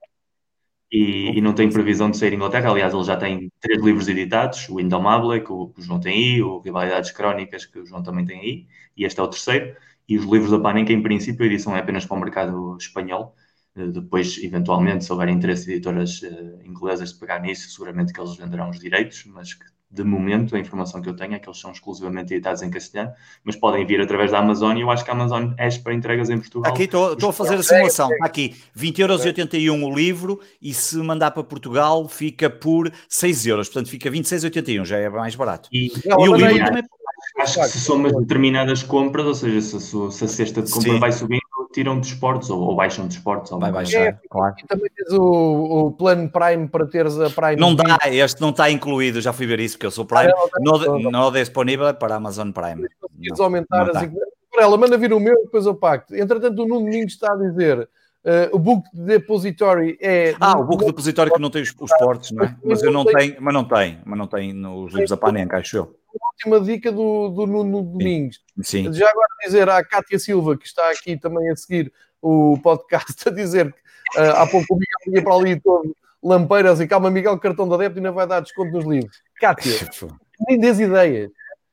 E não tem previsão de sair em Inglaterra. Aliás, ele já tem 3 livros editados: o Indomable, que o João tem aí, o Rivalidades Crónicas, que o João também tem aí, e este é o terceiro. E os livros da Panenka, em princípio, a edição é apenas para o mercado espanhol. Depois, eventualmente, se houver interesse de editoras inglesas de pegar nisso, seguramente que eles venderão os direitos, mas que, de momento, a informação que eu tenho é que eles são exclusivamente editados em castelhano, mas podem vir através da Amazon, e eu acho que a Amazon é para entregas em Portugal. Aqui estou a fazer a simulação. Está aqui, 20,81 € o livro, e se mandar para Portugal fica por 6 euros, portanto fica 26,81, já é mais barato. E o livro também... Acho que se somas determinadas compras, ou seja, se a cesta de compra vai subindo, tiram dos portos ou baixam dos portos. Vai baixar, claro. E também tens o plano Prime para teres a Prime. Não dá, este não está incluído, já fui ver isso, porque eu sou Prime, não é disponível para a Amazon Prime. Se aumentar as... Ela manda vir o meu, depois eu pacto. Entretanto, o Nuno Domingos está a dizer... o Book Depository é... o Book Depository que não tem os portos, não é? Mas não tem nos livros da Panenka, acho eu. Última dica do Nuno Domingos. Sim. Já agora dizer à Cátia Silva, que está aqui também a seguir o podcast, a dizer que há pouco o Miguel vinha para ali todo lampeiras e calma, Miguel, cartão da adepto, ainda vai dar desconto nos livros. Cátia, nem dês ideias.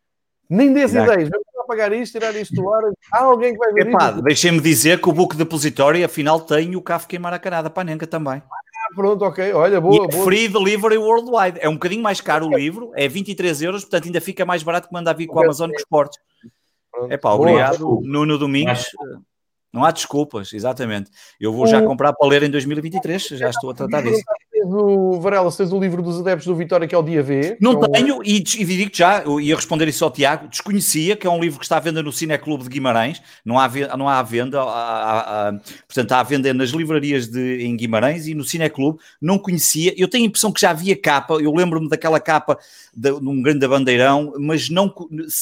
Vamos lá pagar isto, tirar isto do ar. Há alguém que vai ver isto? Deixem-me dizer que o Book Depository, afinal, tem o Kafka em Maracanã da Panenka também. Pronto, ok, olha, boa. Free delivery worldwide. É um bocadinho mais caro o livro, é 23 euros, portanto ainda fica mais barato que mandar vir com a Amazon com os portos. Obrigado, Nuno Domingos. Não há desculpas, exatamente. Eu vou já comprar para ler em 2023, já estou a tratar disso. Varela, se tens o livro dos adeptos do Vitória, que é o Dia V. Não tenho, e digo-te já, eu ia responder isso ao Tiago, desconhecia, que é um livro que está à venda no Cineclube de Guimarães, não há à venda, portanto há à venda nas livrarias em Guimarães e no Cineclube, não conhecia, eu tenho a impressão que já havia capa, eu lembro-me daquela capa de um grande bandeirão, mas não,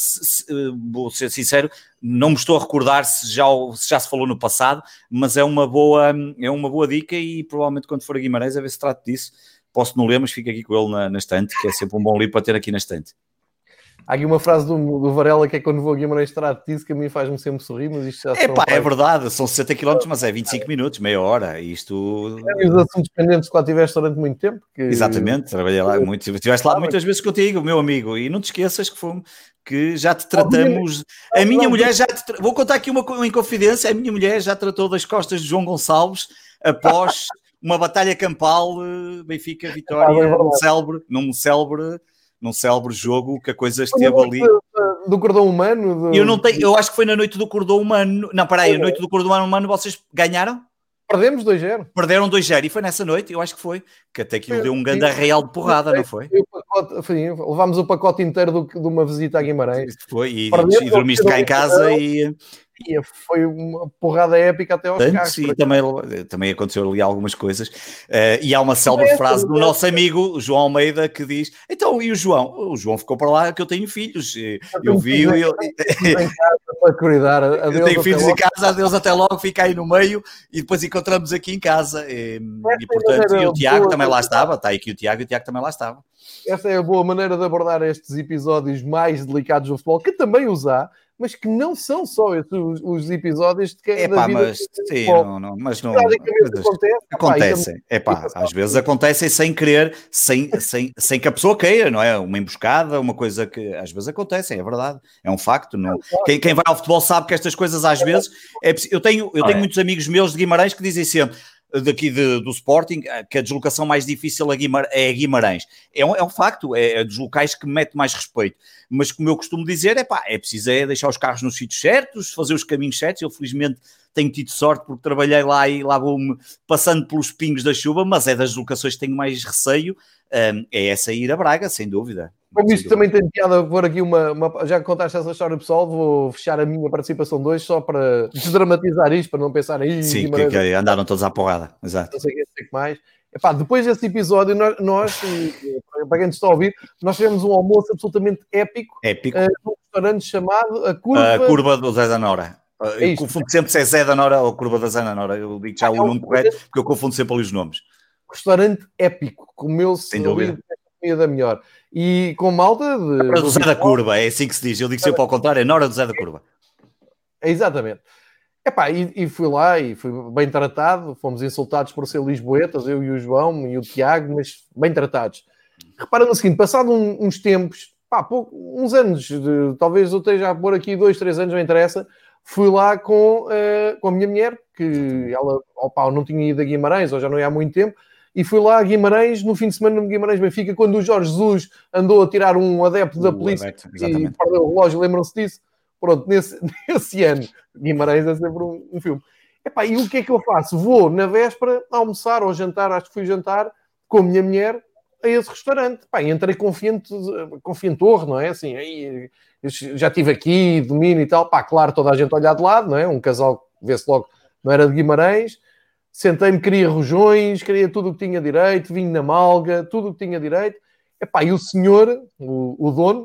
vou ser sincero, não me estou a recordar se já se falou no passado, mas é uma boa dica e provavelmente quando for a Guimarães a ver se trato disso. Posso não ler, mas fico aqui com ele na estante, que é sempre um bom livro para ter aqui na estante. Há aqui uma frase do Varela que é quando vou a Guimarães trato disso, que a mim faz-me sempre sorrir, mas isto já é verdade, são 60 km, mas é 25 minutos, meia hora, isto... E os assuntos pendentes que lá tiveste durante muito tempo. Exatamente, trabalhei lá muito, estiveste lá muitas vezes contigo, meu amigo, e não te esqueças que já te tratamos... A minha mulher já te... Vou contar aqui uma inconfidência, a minha mulher já tratou das costas de João Gonçalves após uma batalha campal, Benfica-Vitória, num célebre jogo que a coisa esteve ali. Do cordão humano? Eu acho que foi na noite do cordão humano. Não, peraí, a noite do cordão humano vocês ganharam? Perdemos 2-0. Perderam 2-0 e foi nessa noite, eu acho que foi, que até aquilo deu um grande arraial de porrada, não foi? Levámos o pacote inteiro de uma visita a Guimarães. Foi, e dormiste cá em casa e foi uma porrada épica até aos carros. Sim, também aconteceu ali algumas coisas. E há uma célebre frase do nosso amigo João Almeida que diz: então, e o João? O João ficou para lá que eu tenho filhos. Eu vi... para cuidar. Eu tenho filhos em casa, adeus, até logo, fica aí no meio e depois encontramos aqui em casa. E portanto, e o Tiago também lá estava, está aí aqui o Tiago também lá estava. Esta é a boa maneira de abordar estes episódios mais delicados do futebol, que também os há, mas que não são só os episódios de quem da vida. Mas sim, mas não acontecem. Às vezes acontecem sem querer, sem que a pessoa queira, não é? Uma emboscada, uma coisa que às vezes acontecem, é verdade, é um facto. Não. Quem vai ao futebol sabe que estas coisas às vezes eu tenho muitos amigos meus de Guimarães que dizem sempre daqui do Sporting, que a deslocação mais difícil é a Guimarães. É um facto, é dos locais que me mete mais respeito. Mas como eu costumo dizer, é preciso deixar os carros nos sítios certos, fazer os caminhos certos. Eu felizmente tenho tido sorte porque trabalhei lá e lá vou-me passando pelos pingos da chuva, mas é das deslocações que tenho mais receio, é essa ir a Braga, sem dúvida. Como isto também tem piada, por aqui já que contaste essa história, pessoal, vou fechar a minha participação 2 só para desdramatizar isto, para não pensar aí. Sim, que andaram todos à porrada, exato. Não sei o que mais. Depois desse episódio, nós, para quem está a ouvir, nós tivemos um almoço absolutamente épico. Num restaurante chamado A Curva do Zé da Nora. Eu confundo sempre se é Zé da Nora ou Curva da Zé da Nora. Eu digo já o nome correto, porque eu confundo sempre ali os nomes. Restaurante épico, comeu-se da melhor. E com malta do Zé da Curva, é assim que se diz. Eu digo sempre ao contrário, é Nora do Zé da Curva. Exatamente. E fui lá e fui bem tratado. Fomos insultados por ser lisboetas, eu e o João e o Tiago, mas bem tratados. Repara no seguinte, passado uns tempos, uns anos, talvez eu esteja a pôr aqui 2, 3 anos, não interessa, fui lá com a minha mulher, que ela não tinha ido a Guimarães, ou já não ia há muito tempo, e fui lá a Guimarães, no fim de semana no Guimarães-Benfica, quando o Jorge Jesus andou a tirar um adepto da polícia e perdeu o relógio, lembram-se disso? Pronto, nesse ano, Guimarães é sempre um filme. E o que é que eu faço? Vou, na véspera, almoçar ou jantar, acho que fui jantar, com a minha mulher, a esse restaurante. Entrei confiantor, não é? Assim, aí, já estive aqui, domínio e tal. Claro, toda a gente olhar de lado, não é? Um casal, vê-se logo, não era de Guimarães. Sentei-me, queria rojões, queria tudo o que tinha direito, vinho na malga, tudo o que tinha direito. E o senhor, o dono,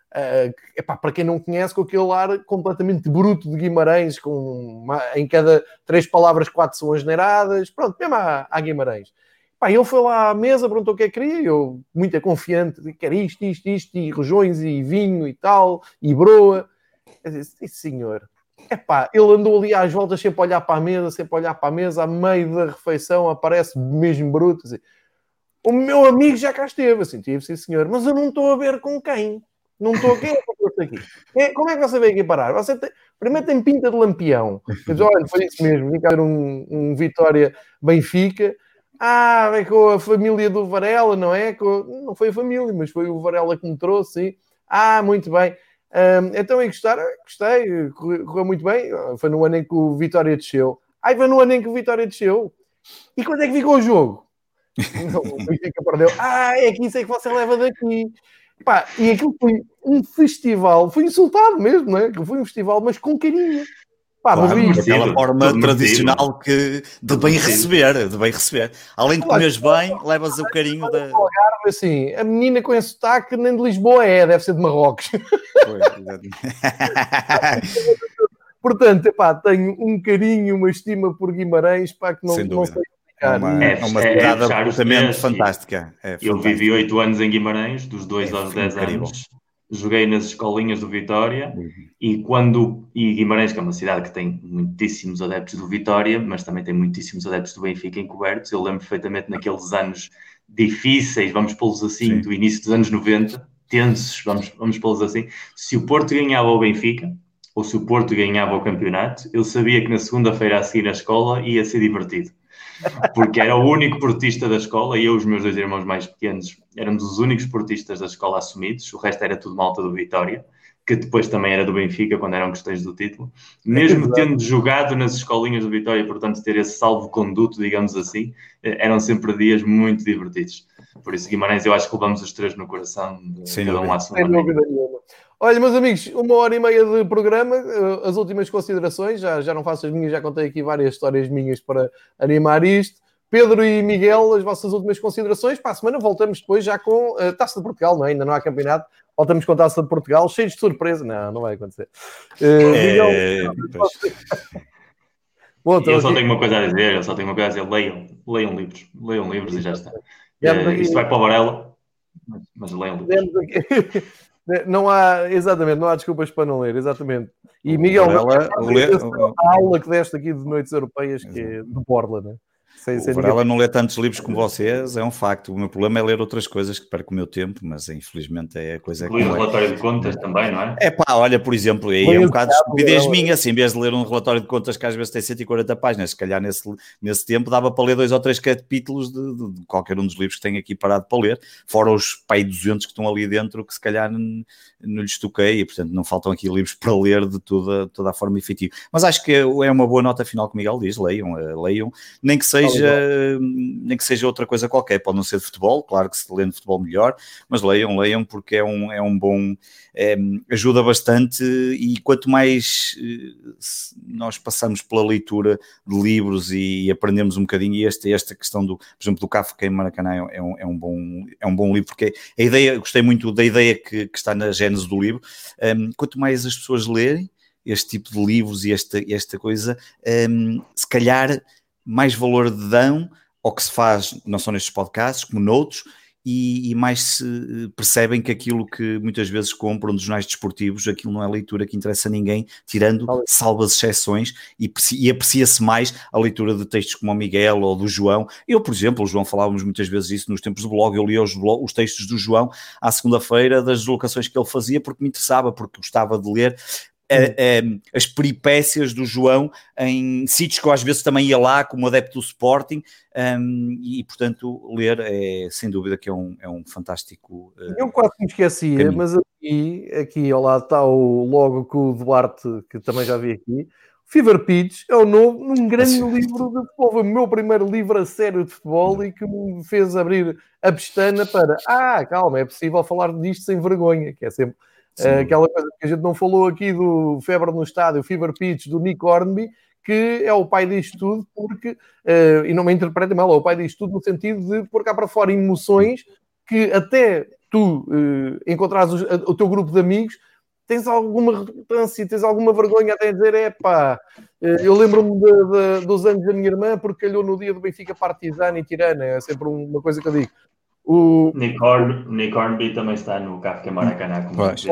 para quem não conhece, com aquele ar completamente bruto de Guimarães, em cada 3 palavras 4 são asneiradas, pronto, mesmo à Guimarães. Ele foi lá à mesa, perguntou o que é que queria, eu, muito confiante, quero isto, e rojões, e vinho, e tal, e broa. Eu disse, senhor... ele andou ali às voltas, sempre a olhar para a mesa, a meio da refeição, aparece mesmo bruto, assim. O meu amigo já cá esteve, assim, sim senhor, mas eu não estou a ver com quem. Não estou aqui, como é que você veio aqui parar? Você primeiro tem pinta de lampião. Eu disse, olha, foi isso mesmo, vim cá ver um Vitória Benfica. Vem com a família do Varela, não é? Não foi a família, mas foi o Varela que me trouxe, sim. Muito bem. Então, gostei, correu muito bem. Foi no ano em que o Vitória desceu. Foi no ano em que o Vitória desceu. E quando é que ficou o jogo? O Benfica perdeu. É que isso é que você leva daqui. E aquilo foi um festival, foi insultado mesmo, não é? Foi um festival, mas com carinho. Aquela forma tradicional de bem receber. Além de comeres bem, levas o carinho da... Assim, a menina com esse sotaque nem de Lisboa deve ser de Marrocos. Portanto, tenho um carinho, uma estima por Guimarães, que não sei explicar. É uma cidade absolutamente fantástica. Eu vivi 8 anos em Guimarães, dos 2 aos 10 anos. Joguei nas escolinhas do Vitória e Guimarães, que é uma cidade que tem muitíssimos adeptos do Vitória, mas também tem muitíssimos adeptos do Benfica encobertos. Eu lembro perfeitamente naqueles anos difíceis, vamos pô-los assim, do início dos anos 90, tensos, vamos pô-los assim. Se o Porto ganhava o Benfica, ou se o Porto ganhava o campeonato, eu sabia que na segunda-feira a seguir à escola ia ser divertido. Porque era o único portista da escola e eu e os meus 2 irmãos mais pequenos éramos os únicos portistas da escola assumidos, o resto era tudo malta do Vitória, que depois também era do Benfica quando eram questões do título. Mesmo tendo jogado nas escolinhas do Vitória, portanto ter esse salvo-conduto, digamos assim, eram sempre dias muito divertidos. Por isso, Guimarães, eu acho que levamos os 3 no coração, cada um à sua maneira. Olha, meus amigos, 1h30 de programa, as últimas considerações, já não faço as minhas, já contei aqui várias histórias minhas para animar isto. Pedro e Miguel, as vossas últimas considerações. Para a semana voltamos depois já com Taça de Portugal, não é? Ainda não há campeonato. voltamos com a Taça de Portugal, cheios de surpresa. Não vai acontecer. Eu só tenho uma coisa a dizer, leiam livros e já está. Isto vai para o Varela, mas leiam livros. Não há desculpas para não ler, exatamente. E Miguel, a aula que deste aqui de noites europeias, que é do Borla, né? O Varela não lê tantos livros como vocês, é um facto. O meu problema é ler outras coisas que perco o meu tempo, mas infelizmente é a coisa que... Incluindo o relatório de contas também, não é? Olha, por exemplo, aí é um bocado de estupidez minha, assim, em vez de ler um relatório de contas que às vezes tem 140 páginas, se calhar nesse tempo dava para ler 2 ou 3 capítulos de qualquer um dos livros que tenho aqui parado para ler, fora os 200 que estão ali dentro, que se calhar não lhes toquei, e portanto não faltam aqui livros para ler de toda a forma efetiva. Mas acho que é uma boa nota final que o Miguel diz, leiam, nem que seja outra coisa qualquer, pode não ser de futebol, claro que se lê de futebol melhor, mas leiam porque é um bom, ajuda bastante, e quanto mais nós passamos pela leitura de livros e aprendemos um bocadinho, e esta questão por exemplo, do Kafka em Maracanã é um bom livro, porque a ideia, gostei muito da ideia que está na gênese do livro, quanto mais as pessoas lerem este tipo de livros e esta coisa, se calhar mais valor dão ao que se faz, não só nestes podcasts, como noutros, e mais se percebem que aquilo que muitas vezes compram dos jornais desportivos, aquilo não é leitura que interessa a ninguém, tirando salvas exceções, e aprecia-se mais a leitura de textos como o Miguel ou do João. Eu, por exemplo, o João, falávamos muitas vezes isso nos tempos do blog, eu lia os textos do João à segunda-feira, das deslocações que ele fazia, porque me interessava, porque gostava de ler as peripécias do João em sítios que eu às vezes também ia lá como adepto do Sporting, e portanto ler é sem dúvida que é um fantástico eu quase me esquecia caminho. Mas aqui ao lado está o logo com o Duarte, que também já vi aqui. Fever Pitch é o novo, um grande livro de futebol. Foi o meu primeiro livro a sério de futebol e que me fez abrir a pestana para calma, é possível falar disto sem vergonha, que é sempre aquela coisa que a gente não falou aqui do Febre no Estádio, o Fever Pitch do Nick Hornby, que é o pai disto tudo, porque, e não me interpretem mal, é o pai disto tudo no sentido de pôr cá para fora emoções que até tu encontrares o teu grupo de amigos, tens alguma relutância, tens alguma vergonha até dizer, eu lembro-me dos anos da minha irmã porque calhou no dia do Benfica Partizano e Tirana, é sempre uma coisa que eu digo. O Nick Hornby também está no Kafka Maracanã.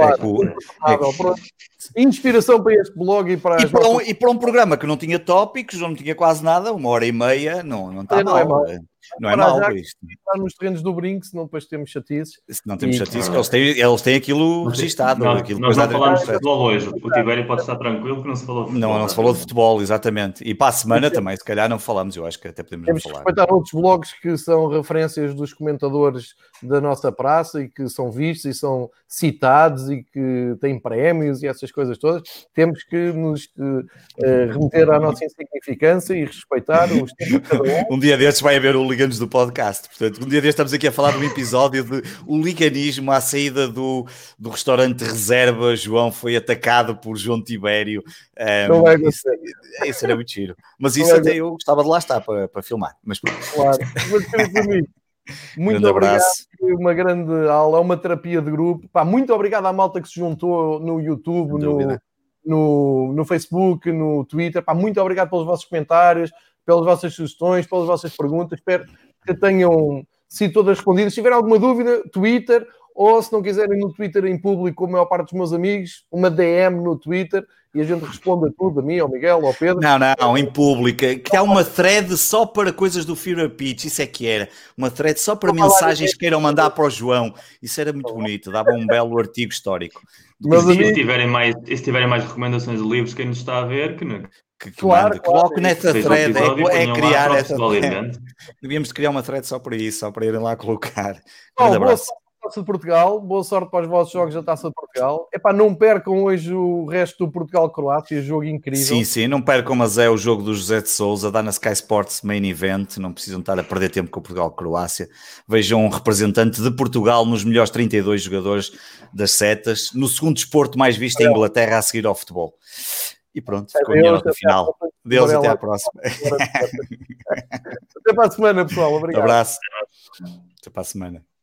Inspiração para este blog e para para um programa que não tinha tópicos, não tinha quase nada, 1h30, não está mal. Não é mau isto. Está nos terrenos do brinco, senão depois temos chatices. Se não temos chatices, eles têm aquilo registado. Nós não falamos de futebol hoje. O Tibério pode estar tranquilo que não se falou de futebol. Não se falou de futebol, exatamente. E para a semana também, se calhar não falamos, eu acho que até podemos Temos falar. Temos que respeitar outros blogs que são referências dos comentadores da nossa praça e que são vistos e são citados e que têm prémios e essas coisas todas. Temos que nos remeter à nossa insignificância e respeitar os tempos de cada um. Um dia destes vai haver o Liganos do podcast. Portanto, um dia destes estamos aqui a falar de um episódio de o liganismo à saída do restaurante Reserva. João foi atacado por João Tibério. Não vai acontecer. Isso era muito giro. Mas isso até eu gostava de lá estar para filmar. Mas claro. Mas, queridos amigos, muito obrigado. Foi uma grande aula, é uma terapia de grupo. Muito obrigado à malta que se juntou no YouTube, no Facebook, no Twitter. Muito obrigado pelos vossos comentários, pelas vossas sugestões, pelas vossas perguntas. Espero que tenham sido todas respondidas. Se tiver alguma dúvida, Twitter, ou se não quiserem no Twitter em público, como a maior parte dos meus amigos, uma DM no Twitter e a gente responde a tudo, a mim, ao Miguel, ao Pedro. Não, em público. Que há uma thread só para coisas do Fever Pitch, isso é que era. Uma thread só para mensagens que queiram mandar para o João. Isso era muito bonito, dava um belo artigo histórico. Se tiverem mais recomendações de livros, quem nos está a ver, claro, coloque nessa thread, criar essa thread. Devíamos criar uma thread só para isso, só para irem lá colocar. Um abraço. Taça de Portugal, boa sorte para os vossos jogos da Taça de Portugal. Não percam hoje o resto do Portugal-Croácia, jogo incrível. Sim, não percam, mas é o jogo do José de Sousa, dá na Sky Sports Main Event, não precisam estar a perder tempo com o Portugal-Croácia. Vejam um representante de Portugal nos melhores 32 jogadores das setas, no segundo desporto mais visto em Inglaterra a seguir ao futebol. E pronto, ficou a minha nota final. Deus, até à próxima. Até para a semana, pessoal. Obrigado. Um abraço. Até para a semana.